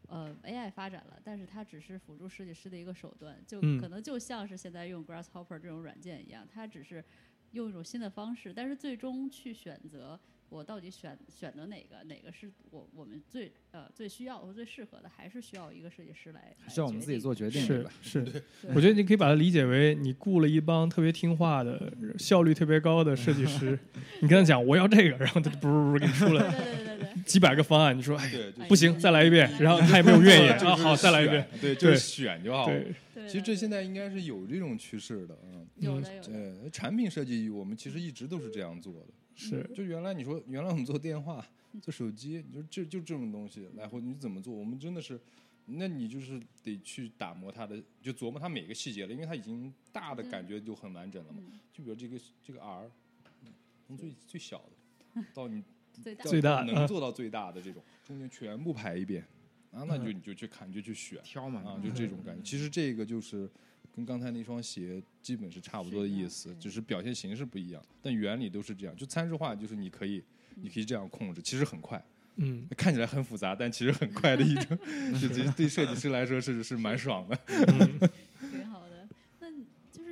AI 发展了，但是它只是辅助设计师的一个手段，就可能就像是现在用 Grasshopper 这种软件一样，它只是用一种新的方式，但是最终去选择。我到底选择哪个是我们最需要或最适合的，还是需要一个设计师来需要我们自己做决定。 是，我觉得你可以把它理解为你雇了一帮特别听话的、效率特别高的设计师，你跟他讲我要这个，然后他就不给你出来几百个方案，你说哎不行，再来一遍，然后他也没有怨言啊，好再来一遍， 对，就是选就好了。其实这现在应该是有这种趋势的， 有的。 对，产品设计我们其实一直都是这样做的。 是， 就原来我们做电话、做手机，就这种东西来回你怎么做？我们真的是，那你就是得去打磨它的，就琢磨它每个细节了，因为它已经大的感觉就很完整了嘛。就比如这个 R， 从最小的到你最大能做到最大的这种，中间全部排一遍那你就去看，就去选挑嘛就这种感觉。其实这个就是跟刚才那双鞋基本是差不多的意思，只是表现形式不一样，但原理都是这样。就参数化，就是你可以这样控制，其实很快。看起来很复杂，但其实很快的一种，对设计师来说是蛮爽的。 挺好的。那就是现在大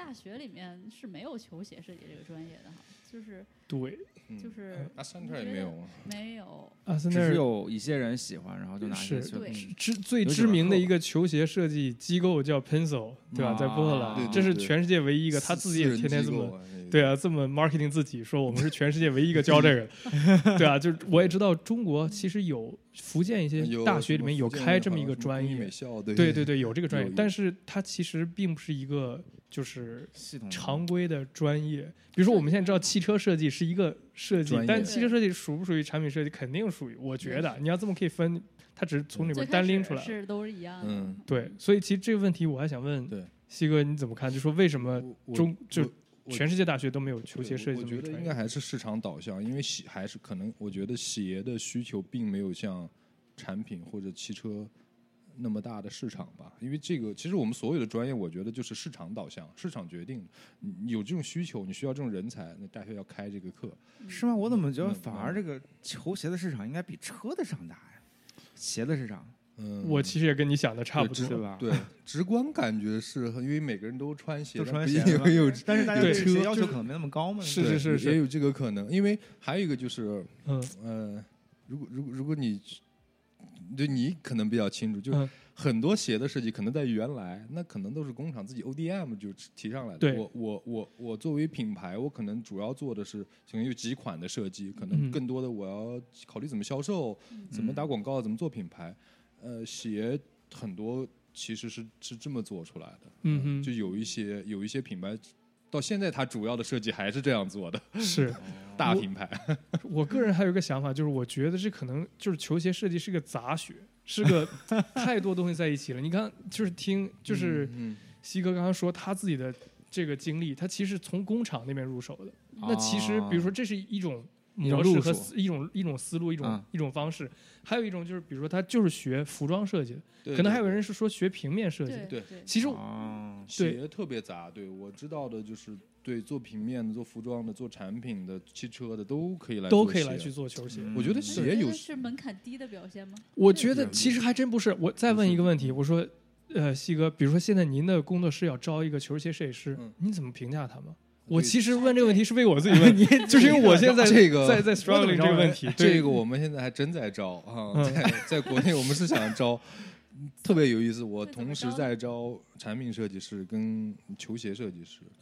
大学里面是没有球鞋设计这个专业的哈，就是对， 就是阿森特也没有， 没有， 阿森特只是有一些人喜欢，然后就拿去最知名的一个球鞋设计机构叫 Pencil， 对吧？在波特兰，这是全世界唯一一个，他自己也天天这么，对啊，这么 marketing 自己说我们是全世界唯一一个教这个，对啊，就我也知道中国其实有福建一些大学里面有开这么一个专业，对，有这个专业，但是它其实并不是一个就是常规的专业。比如说我们现在知道汽车设计是一个设计，但汽车设计属不属于产品设计，肯定属于。我觉得你要这么可以分，它只是从里边单拎出来， 是都是一样的。 对，所以其实这个问题我还想问西哥你怎么看？就说为什么全世界大学都没有球鞋设计？ 我觉得应该还是市场导向，因为还是可能，我觉得鞋的需求并没有像产品或者汽车那么大的市场吧。因为这个，其实我们所有的专业，我觉得就是市场导向，市场决定的。你有这种需求，你需要这种人才，那大学要开这个课， 是吗？我怎么觉得反而这个球鞋的市场应该比车的市场大呀？鞋的市场。 我其实也跟你想的差不多， 对吧？ 对，直观感觉是因为每个人都穿鞋， 但是大家对鞋要求可能没那么高嘛。 是， 也有这个可能。因为还有一个就是，如果你可能比较清楚，就很多鞋的设计可能在原来那可能都是工厂自己 ODM 就提上来的。我作为品牌，我可能主要做的是可能有几款的设计，可能更多的我要考虑怎么销售，怎么打广告，怎么做品牌。鞋很多其实是这么做出来的，就有一些品牌到现在它主要的设计还是这样做的， 是大品牌。 我个人还有一个想法，就是我觉得这可能就是球鞋设计是个杂学，是个太多东西在一起了。你看，就是西哥刚刚说他自己的这个经历，他其实从工厂那边入手的。那其实比如说这是一种模式和一种思路，一种方式，还有一种就是比如说他就是学服装设计的，可能还有人是说学平面设计的。 对， 其实鞋特别杂。对，我知道的就是对做平面的、做服装的、做产品的、汽车的都可以来去做球鞋。我觉得鞋是门槛低的表现吗？ 我觉得其实还真不是。我再问一个问题，我说西哥，比如说现在您的工作室要招一个球鞋设计师，你怎么评价他吗？我其实问这个问题是为我自己问，就是因为我现在在 struggling 这个问题。 这个我们现在还真在招啊，在国内我们是想招，特别有意思。我同时在招产品设计师跟球鞋设计师。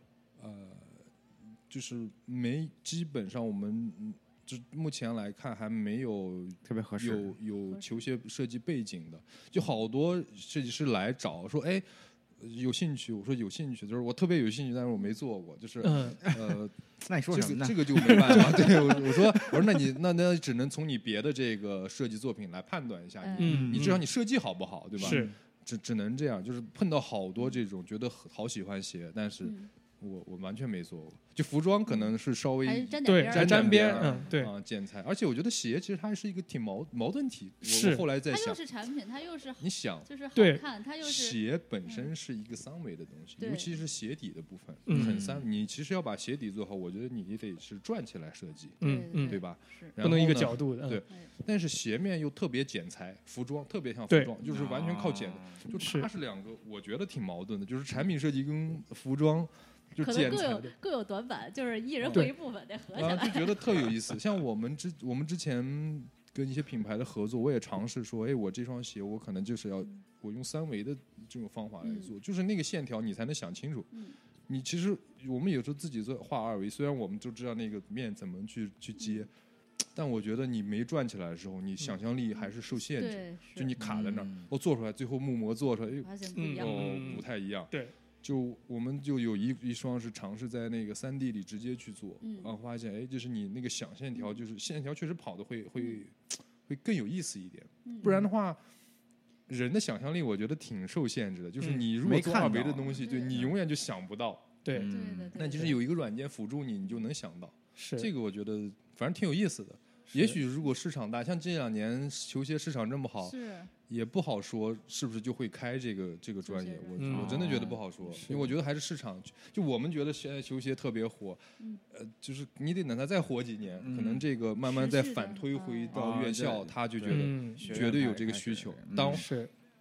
就是基本上我们就目前来看还没有特别合适有球鞋设计背景的，就好多设计师来找说，哎。有兴趣，我说有兴趣，就是我特别有兴趣，但是我没做过，就是那你说什么呢？ 这个就没办法。对，我说那你那只能从你别的这个设计作品来判断一下，你至少你设计好不好，对吧？ 是， 只能这样，就是碰到好多这种觉得好喜欢鞋，但是我完全没做过。就服装可能是稍微沾边，对啊，剪裁。而且我觉得鞋其实它是一个挺矛盾体。我后来在想， 它又是产品，它又是你想就是好看，它又是鞋本身是一个三维的东西，尤其是鞋底的部分很三维。你其实要把鞋底做好，我觉得你得是转起来设计，对吧？ 不能一个角度的。 对，但是鞋面又特别剪裁，服装特别像服装，就是完全靠剪。就它是两个，我觉得挺矛盾的，就是产品设计跟服装。 可能各有短板，就是一人会一部分得合起来， 就觉得特有意思。像我们之前跟一些品牌的合作，我也尝试说，哎，我这双鞋我可能就是我用三维的这种方法来做，就是那个线条你才能想清楚。你其实我们有时候自己做画二维，虽然我们就知道那个面怎么去接，但我觉得你没转起来的时候，你想象力还是受限制，就你卡在那儿，我做出来，最后木模做出来， 发现不一样， 不太一样。 对。 就我们就有一双是尝试在那个3D 里直接去做，然后发现哎，就是你那个想线条，就是线条确实跑的会更有意思一点。不然的话，人的想象力我觉得挺受限制的。就是你如果做二维的东西，对你永远就想不到。 对， 那其实有一个软件辅助你，你就能想到。 是这个，我觉得反正挺有意思的。也许如果市场大，像这2年球鞋市场这么好，也不好说是不是就会开这个专业。我真的觉得不好说，因为我觉得还是市场。就我们觉得现在球鞋特别火，就是你得等它再火几年，可能这个慢慢再反推回到院校，他就觉得绝对有这个需求。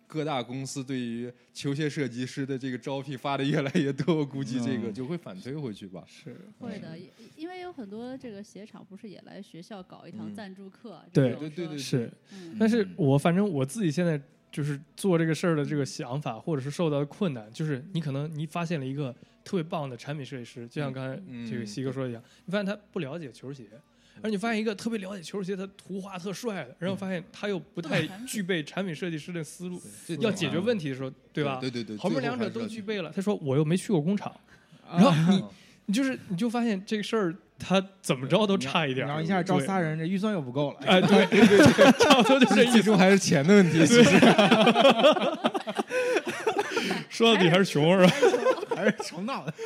各大公司对于球鞋设计师的这个招聘发的越来越多，我估计这个就会反推回去吧。 是会的，因为有很多这个鞋厂不是也来学校搞一堂赞助课？ 对对是。但是反正我自己现在就是做这个事儿的这个想法，或者是受到的困难，就是你可能你发现了一个特别棒的产品设计师，就像刚才这个西哥说的一样，你发现他不了解球鞋。而你发现一个特别了解球鞋，他图画特帅的，然后发现他又不太具备产品设计师的思路，要解决问题的时候，对吧？ 对， 好不容易两者都具备了，他说我又没去过工厂，然后你就发现这个事儿他怎么着都差一点， 然后一下招仨人，这预算又不够了。 哎，对，差不多就这意思， 最终还是钱的问题。其实说到底还是穷是吧？ 还是穷闹的。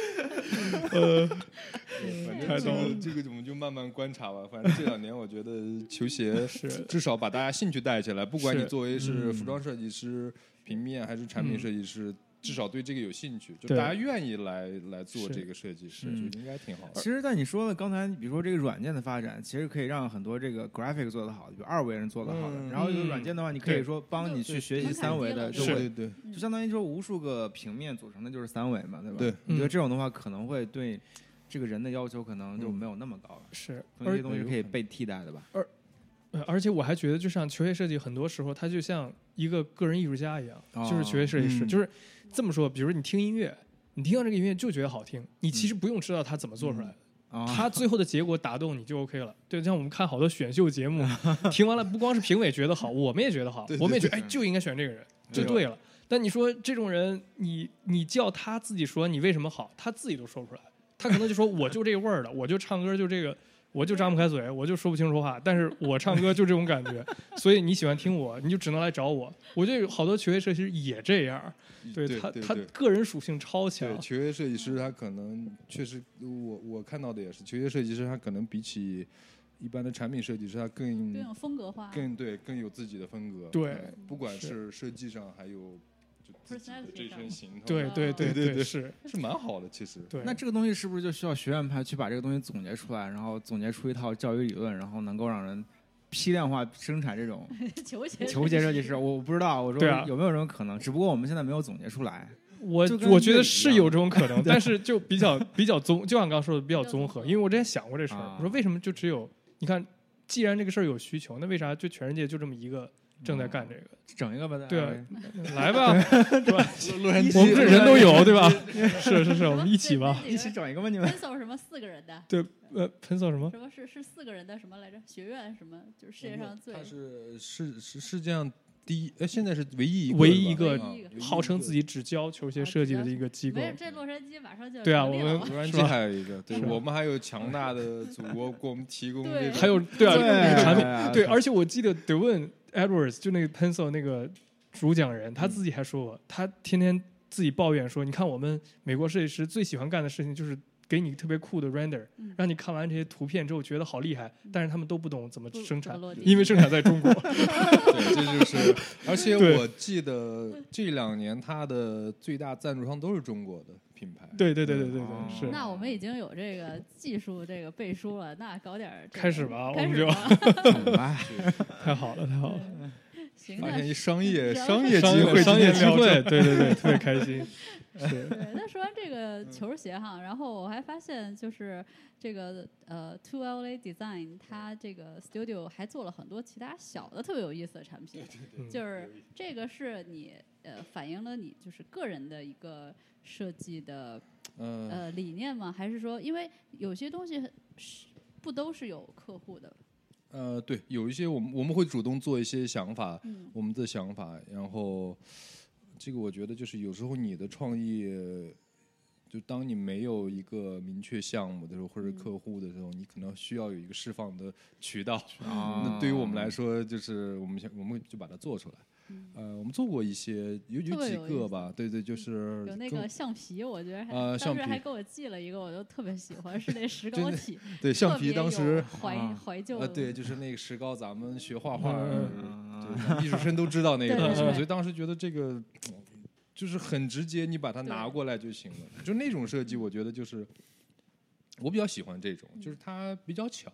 反正这个我们就慢慢观察吧。反正这2年我觉得球鞋至少把大家兴趣带起来，不管你作为是服装设计师、平面还是产品设计师，至少对这个有兴趣，就大家愿意来做这个设计师，就应该挺好的。 其实，在你说的刚才，比如说这个软件的发展，其实可以让很多这个 graphic 做得好的，比如2维人做得好的。然后有软件的话，你可以说帮你去学习3维的， 对， 就相当于说无数个平面组成的就是3维嘛，对吧？ 对， 我觉得这种的话可能会对这个人的要求可能就没有那么高了。 是， 这些东西可以被替代的吧？ 而且我还觉得，就像球鞋设计，很多时候它就像一个个人艺术家一样，就是球鞋设计师，就是这么说。比如你听音乐，你听到这个音乐就觉得好听，你其实不用知道它怎么做出来的，它最后的结果打动你就 OK 了。对，像我们看好多选秀节目，听完了不光是评委觉得好，我们也觉得好，我们也觉得哎就应该选这个人，就对了。但你说这种人，你叫他自己说你为什么好，他自己都说不出来，他可能就说我就这个味儿的，我就唱歌就这个。我就张不开嘴，我就说不清楚话，但是我唱歌就这种感觉，所以你喜欢听我，你就只能来找我。我觉得好多球鞋设计师也这样，对他个人属性超强。 对，球鞋设计师他可能确实，我看到的也是，球鞋设计师他可能比起一般的产品设计师，他更有风格化， 更有自己的风格。 对， 不管是设计上还有。这身行头， 对，是蛮好的，其实。 对， 那这个东西是不是就需要学院派去把这个东西总结出来，然后总结出一套教育理论，然后能够让人批量化生产这种球鞋设计师？我不知道，我说有没有这种可能？只不过我们现在没有总结出来。 我觉得是有这种可能，但是就比较综，就像刚刚说的比较综合。因为我之前想过这事儿，我说为什么就只有你看，既然这个事儿有需求，那为啥就全世界就这么一个？正在干这个， 整一个吧， 对啊，来吧， 洛杉矶我们这人都有，对吧？是，我们一起吧， 一起整一个吧，你们。 pencil 什么4个人的？ 对，pencil 什么？ 什么是4个人的什么来着？学院什么？就是世界上最。 它是世界上第一，现在是唯一一个号称自己只教球鞋设计的一个机构。 没有，这洛杉矶马上就要。 对啊，我们洛杉矶还有一个，对，我们还有强大的祖国给我们提供这个， 还有对啊，产品对，而且我记得德文。Edwards 就那个 Pencil 那个主讲人，他自己还说过，他天天自己抱怨说，你看我们美国设计师最喜欢干的事情就是给你特别酷的 render，让你看完这些图片之后觉得好厉害，但是他们都不懂怎么生产，因为生产在中国。 对，这就是，而且我记得这2年他的最大赞助商都是中国的品牌。 对，是。 那我们已经有这个技术这个背书了，那搞点开始吧，我们就太好了。 发现一商业机会，对，特别开心。 对，那说完这个球鞋哈，然后我还发现就是这个Two LA Design 它这个 Studio 还做了很多其他小的特别有意思的产品，就是这个是你反映了你就是个人的一个设计的理念吗？还是说因为有些东西不都是有客户的？ 对，有一些我们会主动做一些想法，我们的想法，然后这个我觉得就是有时候你的创意，就当你没有一个明确项目的时候，或者客户的时候，你可能需要有一个释放的渠道。那对于我们来说，就是我们就把它做出来。我们做过一些，有几个吧，对，就是有那个橡皮，我觉得当时还给我寄了一个，我就特别喜欢，是那石膏体， 对，橡皮当时怀旧对，就是那个石膏，咱们学画画，艺术生都知道那个东西，所以当时觉得这个就是很直接，你把它拿过来就行了，就那种设计，我觉得就是我比较喜欢这种，就是它比较巧。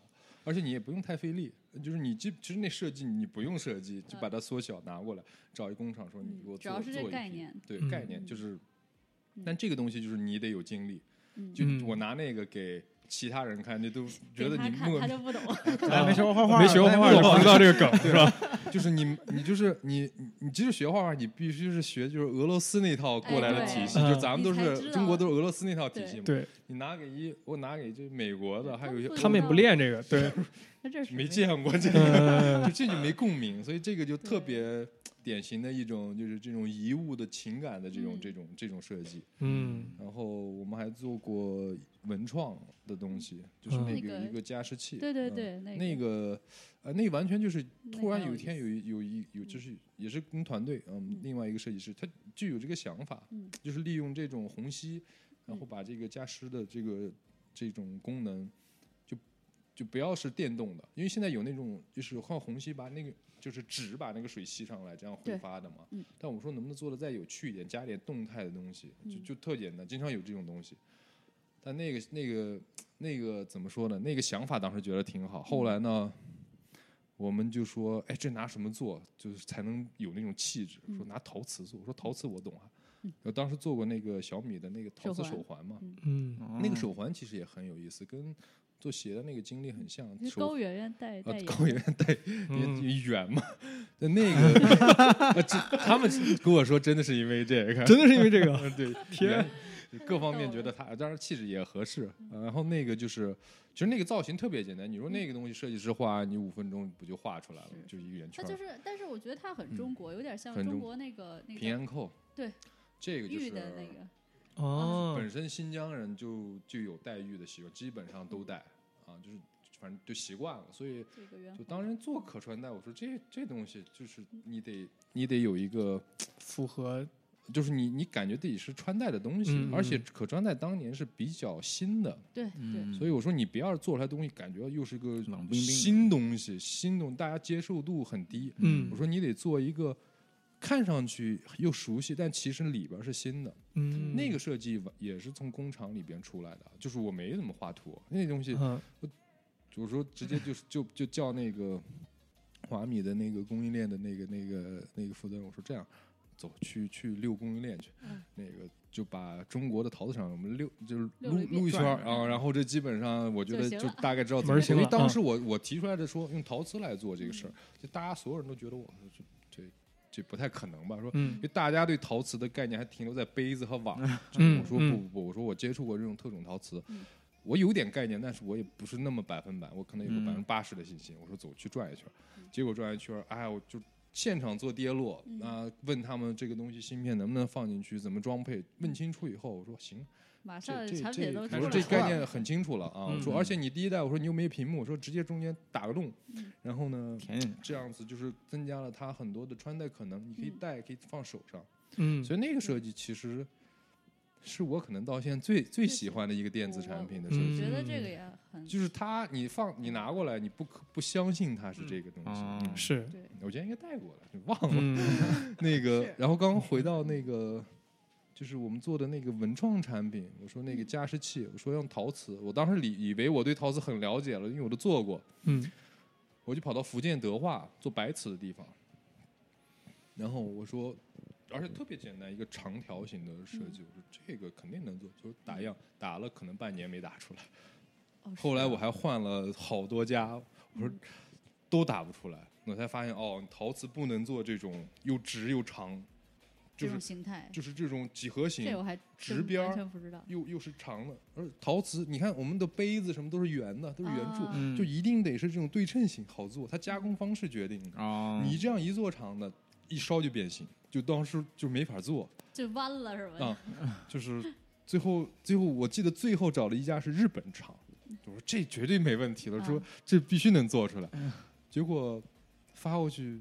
而且你也不用太费力，就是你其实那设计你不用设计，就把它缩小拿过来，找一工厂说你给我做， 主要是这概念， 对概念就是，但这个东西就是你得有精力，就我拿那个给其他人看，你都觉得你他就不懂， 没学过画画， 没学过画画就不知道这个梗，是吧？ 就是你即使学画画，你必须是学就是俄罗斯那套过来的体系，就咱们都是中国都是俄罗斯那套体系嘛。对，你我拿给就美国的，还有一些他们也不练这个，对， 没见过这个，这就没共鸣，所以这个就特别典型的一种就是这种遗物的情感的这种设计。然后我们还做过文创的东西，就是那个一个加湿器。 对，那个完全就是突然有一天有就是也是跟团队另外一个设计师他就有这个想法，就是利用这种虹吸，然后把这个加湿的这种功能就不要是电动的，因为现在有那种就是靠虹吸把那个就是只把那个水吸上来这样挥发的嘛。但我们说能不能做的再有趣一点，加点动态的东西，就特简单，经常有这种东西。但那个怎么说呢？那个想法当时觉得挺好，后来呢，我们就说，哎，这拿什么做，就是才能有那种气质？说拿陶瓷做，我说陶瓷我懂啊。我当时做过那个小米的那个陶瓷手环嘛，那个手环其实也很有意思，跟做鞋的那个经历很像。 高圆圆戴高圆圆戴圆嘛，那个他们跟我说真的是因为这个， 真的是因为这个， 对，天。各方面觉得它当然气质也合适，然后那个就是其实那个造型特别简单，你说那个东西设计师画你5分钟不就画出来了，就一个圆圈。 它就是，但是我觉得它很中国，有点像中国那个平安扣。 对， 这个就是玉的那个。 本身新疆人就有戴玉的习惯，基本上都戴啊，就是反正就习惯了，所以就当人做可穿戴，我说这东西就是你得有一个符合。 就是你感觉自己是穿戴的东西，而且可穿戴当年是比较新的， 对， 所以我说你不要做出来的东西感觉又是个新东西，大家接受度很低。我说你得做一个看上去又熟悉，但其实里边是新的。那个设计也是从工厂里边出来的，就是我没怎么画图，那东西，我说直接就叫那个华米的那个供应链的那个负责人，我说这样。走去溜供应链去，那个就把中国的陶瓷厂我们溜一圈啊，然后这基本上我觉得就大概知道怎么。因为当时我提出来的说用陶瓷来做这个事儿，就大家所有人都觉得我这不太可能吧？说因为大家对陶瓷的概念还停留在杯子和碗。我说不，我说我接触过这种特种陶瓷，我有点概念，但是我也不是那么100%，我可能有个80%的信心。我说走去转一圈，结果转一圈，哎，我就。现场做跌落问他们这个东西芯片能不能放进去，怎么装配，问清楚以后，我说行， 马上产品都我说这概念很清楚了啊。我说而且你第一代，我说你又没屏幕，我说直接中间打个洞，然后呢这样子就是增加了它很多的穿戴可能，你可以戴可以放手上，所以那个设计其实是我可能到现在最喜欢的一个电子产品的设计。 我觉得这个也很就是它你拿过来，你不相信它是这个东西。 是， 我今天应该带过了，就忘了。那个，然后刚回到那个，就是我们做的那个文创产品，我说那个加湿器，我说用陶瓷，我当时以为我对陶瓷很了解了，因为我都做过。我就跑到福建德化做白瓷的地方，然后我说。而且特别简单，一个长条形的设计，我说这个肯定能做，就是打样打了可能半年没打出来。后来我还换了好多家，我说都打不出来，我才发现陶瓷不能做这种又直又长，就是这种形态， 就是这种几何形， 这我还直边完全不知道， 又是长的。而陶瓷，你看我们的杯子什么都是圆的，都是圆柱，就一定得是这种对称性好做，它加工方式决定的。你这样一做长的，一烧就变形。就当时就没法做， 就弯了是吧？ 就是最后我记得最后找了一家是日本厂，我说这绝对没问题了，说这必须能做出来。结果发过去，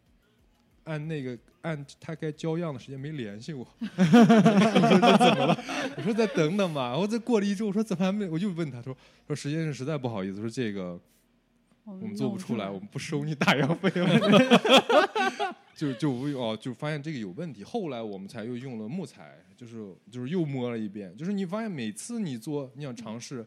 按他该交样的时间没联系我，我说这怎么了？我说再等等吧。我再过了1周，我说怎么还没？我就问他说时间实在不好意思，说这个我们做不出来，我们不收你打样费了。就发现这个有问题，后来我们才又用了木材，就是又摸了一遍，就是你发现每次你想尝试，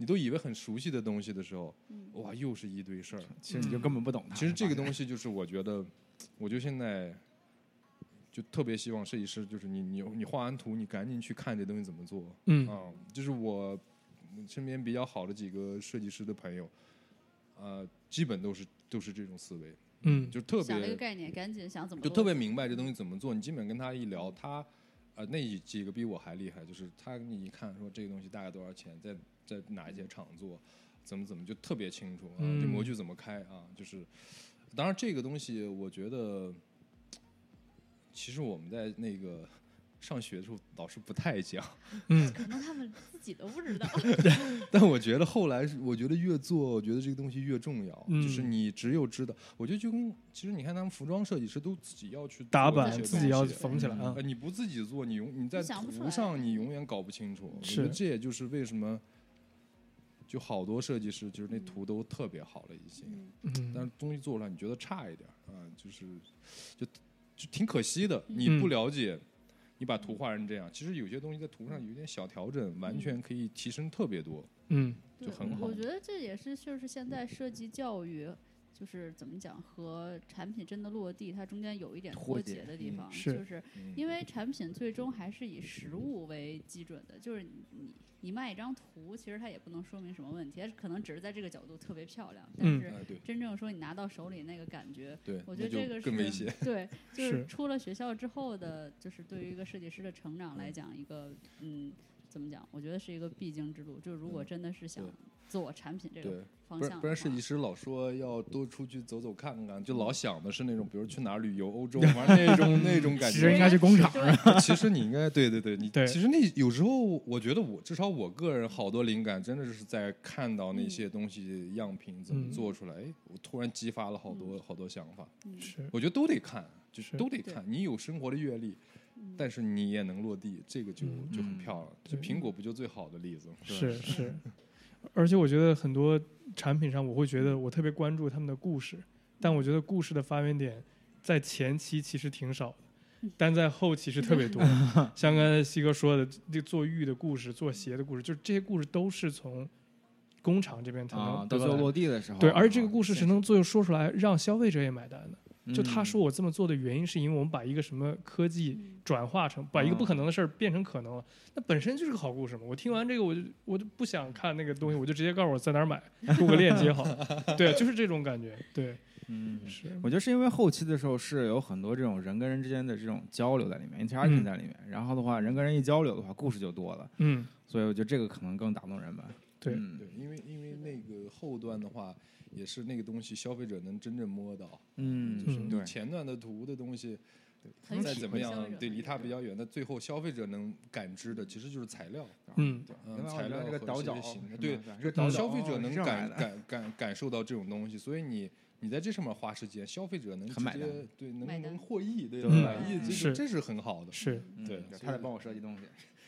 你都以为很熟悉的东西的时候，哇，又是一堆事儿。 其实你就根本不懂它。 其实这个东西就是我觉得，我就现在就特别希望设计师，就是你画完图，你赶紧去看这东西怎么做。就是我身边比较好的几个设计师的朋友，基本都是这种思维。就特别想了一个概念，赶紧想怎么做， 就特别明白这东西怎么做。你基本跟他一聊，他那几个比我还厉害，就是他你一看说这个东西大概多少钱，在哪一些厂做，怎么就特别清楚这模具怎么开就是当然这个东西我觉得其实我们在那个上学的时候老师不太讲， 可能他们自己都不知道。 但我觉得后来，我觉得越做，我觉得这个东西越重要。就是你只有知道，我觉得就跟其实你看他们服装设计师都自己要去打版，自己要缝起来你不自己做，你在图上你永远搞不清楚。我觉得这也就是为什么，就好多设计师就是那图都特别好了已经，但是东西做出来你觉得差一点就挺可惜的。你不了解。你把图画成这样，其实有些东西在图上有点小调整，完全可以提升特别多，就很好。 我觉得这也是就是现在设计教育，就是怎么讲和产品真的落地，它中间有一点脱节的地方，就是因为产品最终还是以实物为基准的，就是你卖一张图，其实它也不能说明什么问题，它可能只是在这个角度特别漂亮，但是真正说你拿到手里那个感觉，我觉得这个是更危险。 对，就是出了学校之后的，就是对于一个设计师的成长来讲，一个怎么讲？我觉得是一个必经之路。就是如果真的是想做产品这个方向， 不然设计师老说要多出去走走看看，就老想的是那种，比如去哪儿旅游，欧洲，反正那种感觉。 其实应该去工厂。 其实你应该对，你其实那有时候我觉得至少我个人好多灵感真的是在看到那些东西样品怎么做出来，我突然激发了好多想法。我觉得都得看，就是都得看。你有生活的阅历。但是你也能落地，这个就很漂亮。这苹果不就最好的例子吗？ 是，而且我觉得很多产品上，我会觉得我特别关注他们的故事，但我觉得故事的发源点在前期其实挺少的，但在后期是特别多。像刚才西哥说的，这做玉的故事、做鞋的故事，就是这些故事都是从工厂这边才能到最后落地的时候。 对，而这个故事是能最后说出来，让消费者也买单的。就他说我这么做的原因是因为我们把一个什么科技转化成把一个不可能的事儿变成可能了，那本身就是个好故事嘛。我听完这个我就不想看那个东西，我就直接告诉我在哪儿买，录个链接好。对，就是这种感觉。对， 是。我觉得是因为后期的时候是有很多这种人跟人之间的这种交流在里面 ，interaction 在里面，然后的话人跟人一交流的话，故事就多了。所以我觉得这个可能更打动人吧。 对， 因为那个后端的话。也是那个东西，消费者能真正摸到。就是你前端的图的东西，再怎么样，离它比较远，但最后消费者能感知的，其实就是材料。材料这个倒角形的，对，消费者能感受到这种东西，所以你在这上面花时间，消费者能直接能获益，对，满意，这是很好的。 是， 对， 他在帮我设计东西。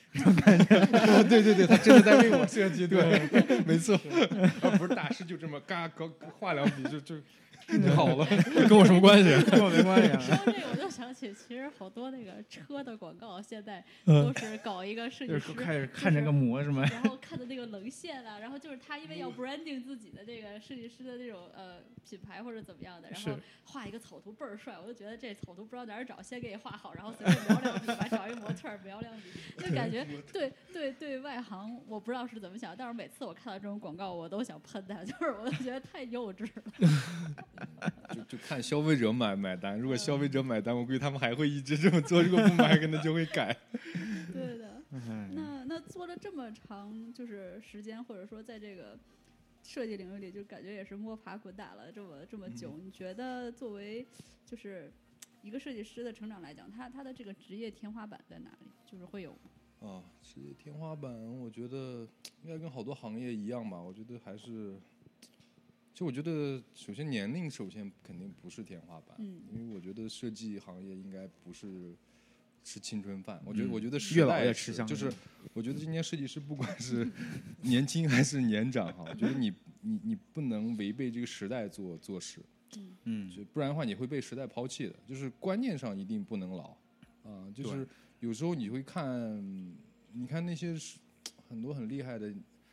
对，他真的在为我设计，对，没错，不是大师就这么嘎画两笔就好了， 跟我什么关系？ 跟我没关系。 说这个我就想起，其实好多那个车的广告现在都是搞一个设计师开始看这个模是吗？ 然后看的那个棱线啊，然后就是他因为要 branding 自己的这个设计师的这种品牌或者怎么样的，然后画一个草图倍儿帅，我就觉得这草图不知道哪儿找，先给你画好，然后随便描两笔，吧，找一模特描两笔，就感觉对外行我不知道是怎么想，但是每次我看到这种广告，我都想喷他，就是我就觉得太幼稚了。 就看消费者买单，如果消费者买单，我估计他们还会一直这么做；如果不买，可能就会改。 对的，那做了这么长就是时间，或者说在这个设计领域里，就感觉也是摸爬滚打了这么久。你觉得作为就是一个设计师的成长来讲，他的这个职业天花板在哪里？就是会有吗？ 职业天花板，我觉得应该跟好多行业一样吧。我觉得还是。其实我觉得，首先年龄肯定不是天花板，因为我觉得设计行业应该不是吃青春饭。我觉得时代就是我觉得今年设计师不管是年轻还是年长哈，我觉得你不能违背这个时代做事，不然的话你会被时代抛弃的。就是观念上一定不能老就是有时候你会看，你看那些很多很厉害的。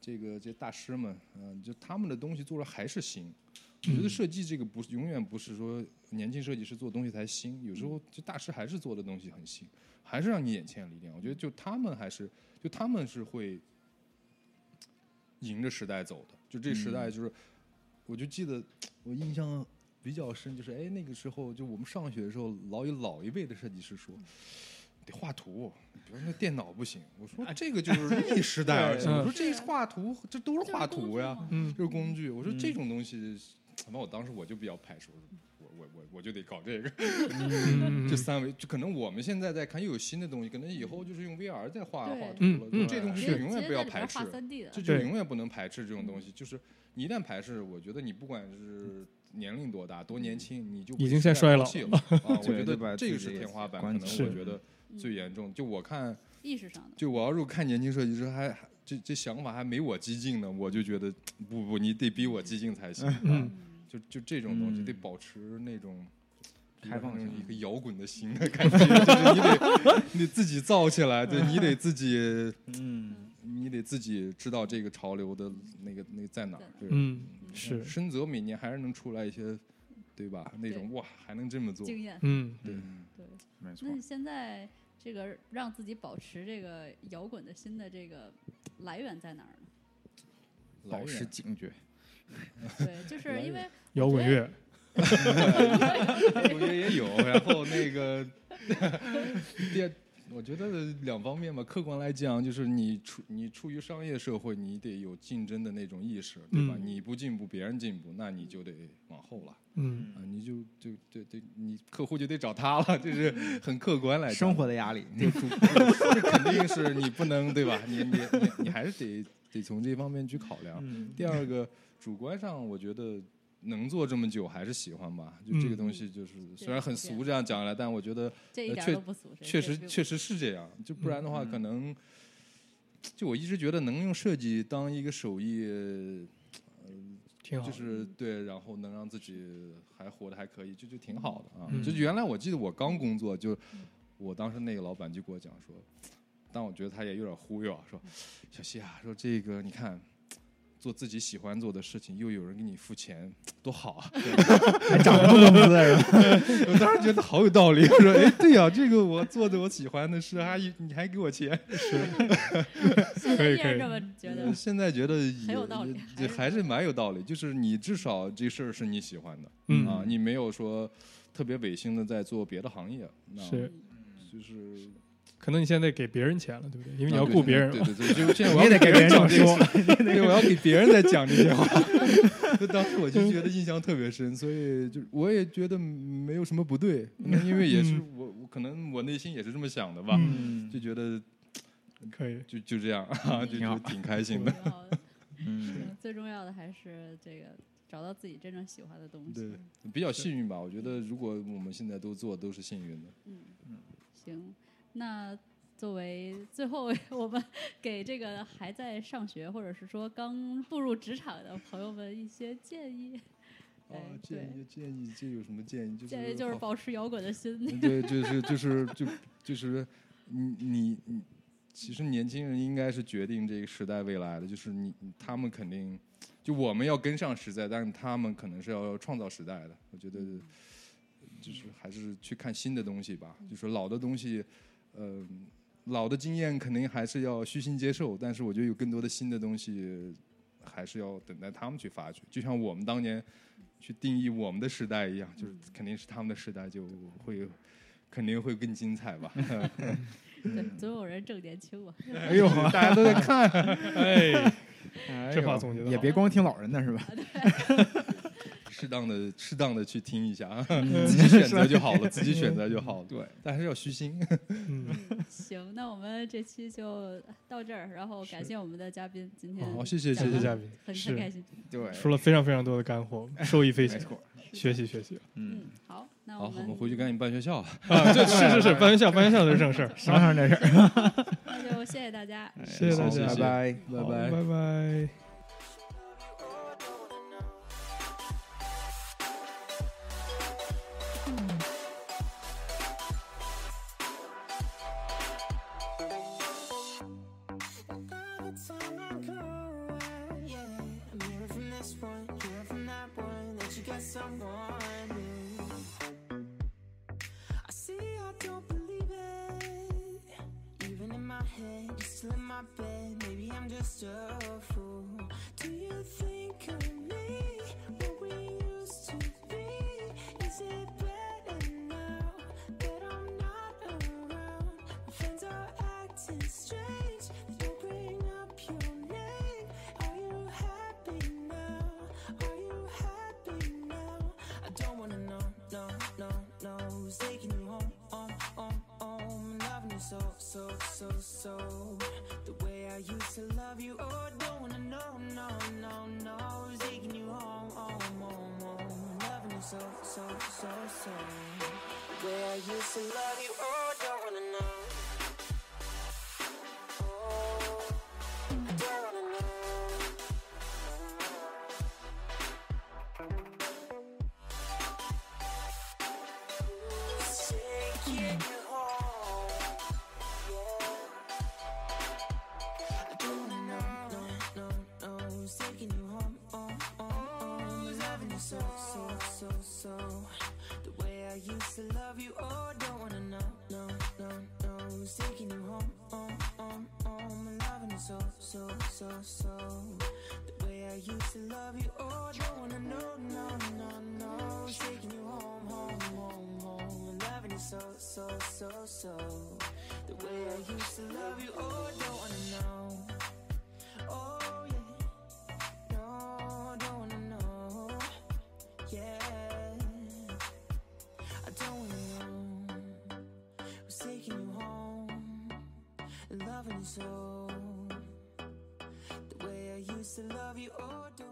这大师们，就他们的东西做的还是新。我觉得设计这个永远不是说年轻设计师做东西才新，有时候就大师还是做的东西很新，还是让你眼前一亮。我觉得他们是会迎着时代走的。就这时代，就是我就记得我印象比较深，就是那个时候就我们上学的时候，有老一辈的设计师说。得画图，比如那电脑不行。我说这个就是那时代而行。我说这画图，这都是画图呀，就是工具。我说这种东西，反正我当时我就比较排斥，我就得搞这个。这3维，就可能我们现在在看又有新的东西，可能以后就是用 VR 再画图了。这东西就永远不要排斥，这就永远不能排斥这种东西。就是你一旦排斥，我觉得你不管是年龄多大，多年轻，你就已经在衰老了。我觉得这个是天花板，可能我觉得。最严重，就我看意识上的， 就我要是看年轻设计师，这想法还没我激进呢，我就觉得不，你得比我激进才行。就这种东西得保持那种开放性，一个摇滚的心的感觉，就是你得自己造起来，对你得自己，你得自己知道这个潮流的那个在哪儿。 是深泽每年还是能出来一些，对吧？那种哇，还能这么做， 经验， 对， 没错。 那你现在这个让自己保持这个摇滚的心的这个来源在哪儿呢？ 保持警觉。 对，就是因为摇滚乐， 摇滚乐也有，然后那个我觉得2方面吧。客观来讲，就是你处于商业社会，你得有竞争的那种意识，对吧？你不进步，别人进步，那你就得往后了。你就你客户就得找他了，就是很客观来讲。 生活的压力， 这肯定是你不能，对吧？你还是得从这方面去考量。第二个，主观上，我觉得。能做这么久还是喜欢吧，就这个东西就是虽然很俗这样讲来，但我觉得这一点都不俗， 确实是这样，就不然的话可能就我一直觉得能用设计当一个手艺， 挺好， 就是对，然后能让自己还活得还可以，就挺好的啊。就原来我记得我刚工作，就我当时那个老板就跟我讲说，但我觉得他也有点忽悠，说小西啊，说这个你看。做自己喜欢做的事情，又有人给你付钱，多好啊！ 还涨工资是吧？ 我当时觉得好有道理。我说，对呀，这个我做的我喜欢的事，你还给我钱， 是。 可以这么觉得？ 现在觉得很有道理， 还是蛮有道理。就是你至少这事儿是你喜欢的，你没有说特别违心的在做别的行业， 是， 就是。 可能你现在给别人钱了，对不对？因为你要雇别人。 对，就现在我也得给别人讲这个，对，我要给别人在讲这些话。就当时我就觉得印象特别深，所以就我也觉得没有什么不对，因为也是我可能我内心也是这么想的吧，就觉得可以， 就这样啊，就挺开心的。 最重要的还是这个找到自己真正喜欢的东西。 对，比较幸运吧。我觉得如果我们现在都做，都是幸运的。 行。那作为最后，我们给这个还在上学或者是说刚步入职场的朋友们一些建议。 建议，这有什么建议？ 建议就是保持摇滚的心。 对，就是你，其实年轻人应该是决定这个时代未来的，就是他们肯定，就我们要跟上时代，但是他们可能是要创造时代的。我觉得，就是还是去看新的东西吧，就是老的东西。老的经验肯定还是要虚心接受，但是我觉得有更多的新的东西，还是要等待他们去发掘。就像我们当年去定义我们的时代一样，就是肯定是他们的时代肯定会更精彩吧。 对，总有人正年轻嘛。 哎呦， 大家都在看， 这话总结的也别光听老人的是吧？ 适当的去听一下，自己选择就好了，自己选择就好了。 对， 但还是要虚心。 行，那我们这期就到这儿，然后感谢我们的嘉宾今天。 好，谢谢嘉宾， 很开心。 对， 说了非常非常多的干货，受益匪浅。学习。 好，那我们回去赶紧办学校啊！ 是办学校的正事儿， 商上这事儿。 那就谢谢大家， 谢谢大家， 拜拜。 Time I go someone new. I see I don't believe it. Even in my head, you're still in my bed. Maybe I'm just a fool. Do you think of me, what we used to be? Is it better now that I'm not around? My friends are acting strange, they don't bring up your name. Are you happy now? Are you happy now? I don't wanna know, no, no, no. Who's taking you home, home? Loving you so. The way I used to love you, oh, don't wanna know, no. Who's taking you home, home? Loving you so. The way I used to love you, oh, don't wanna know. Oh, I don't wanna know. Taking you home, yeah. I don't wanna know, no. Who's taking you home, who's loving you so. The way I used to love you, oh, don't wanna know, no. Who's taking you home, I'm loving you so. The way I used to love you, oh, don't wanna know, no. Who's taking you home, I'm loving you so. The way I used to love you, oh, don't wanna know. Oh yeah, no, don't wanna know. Yeah, I don't wanna know who's taking you home, loving you so. The way I used to love you, oh, don't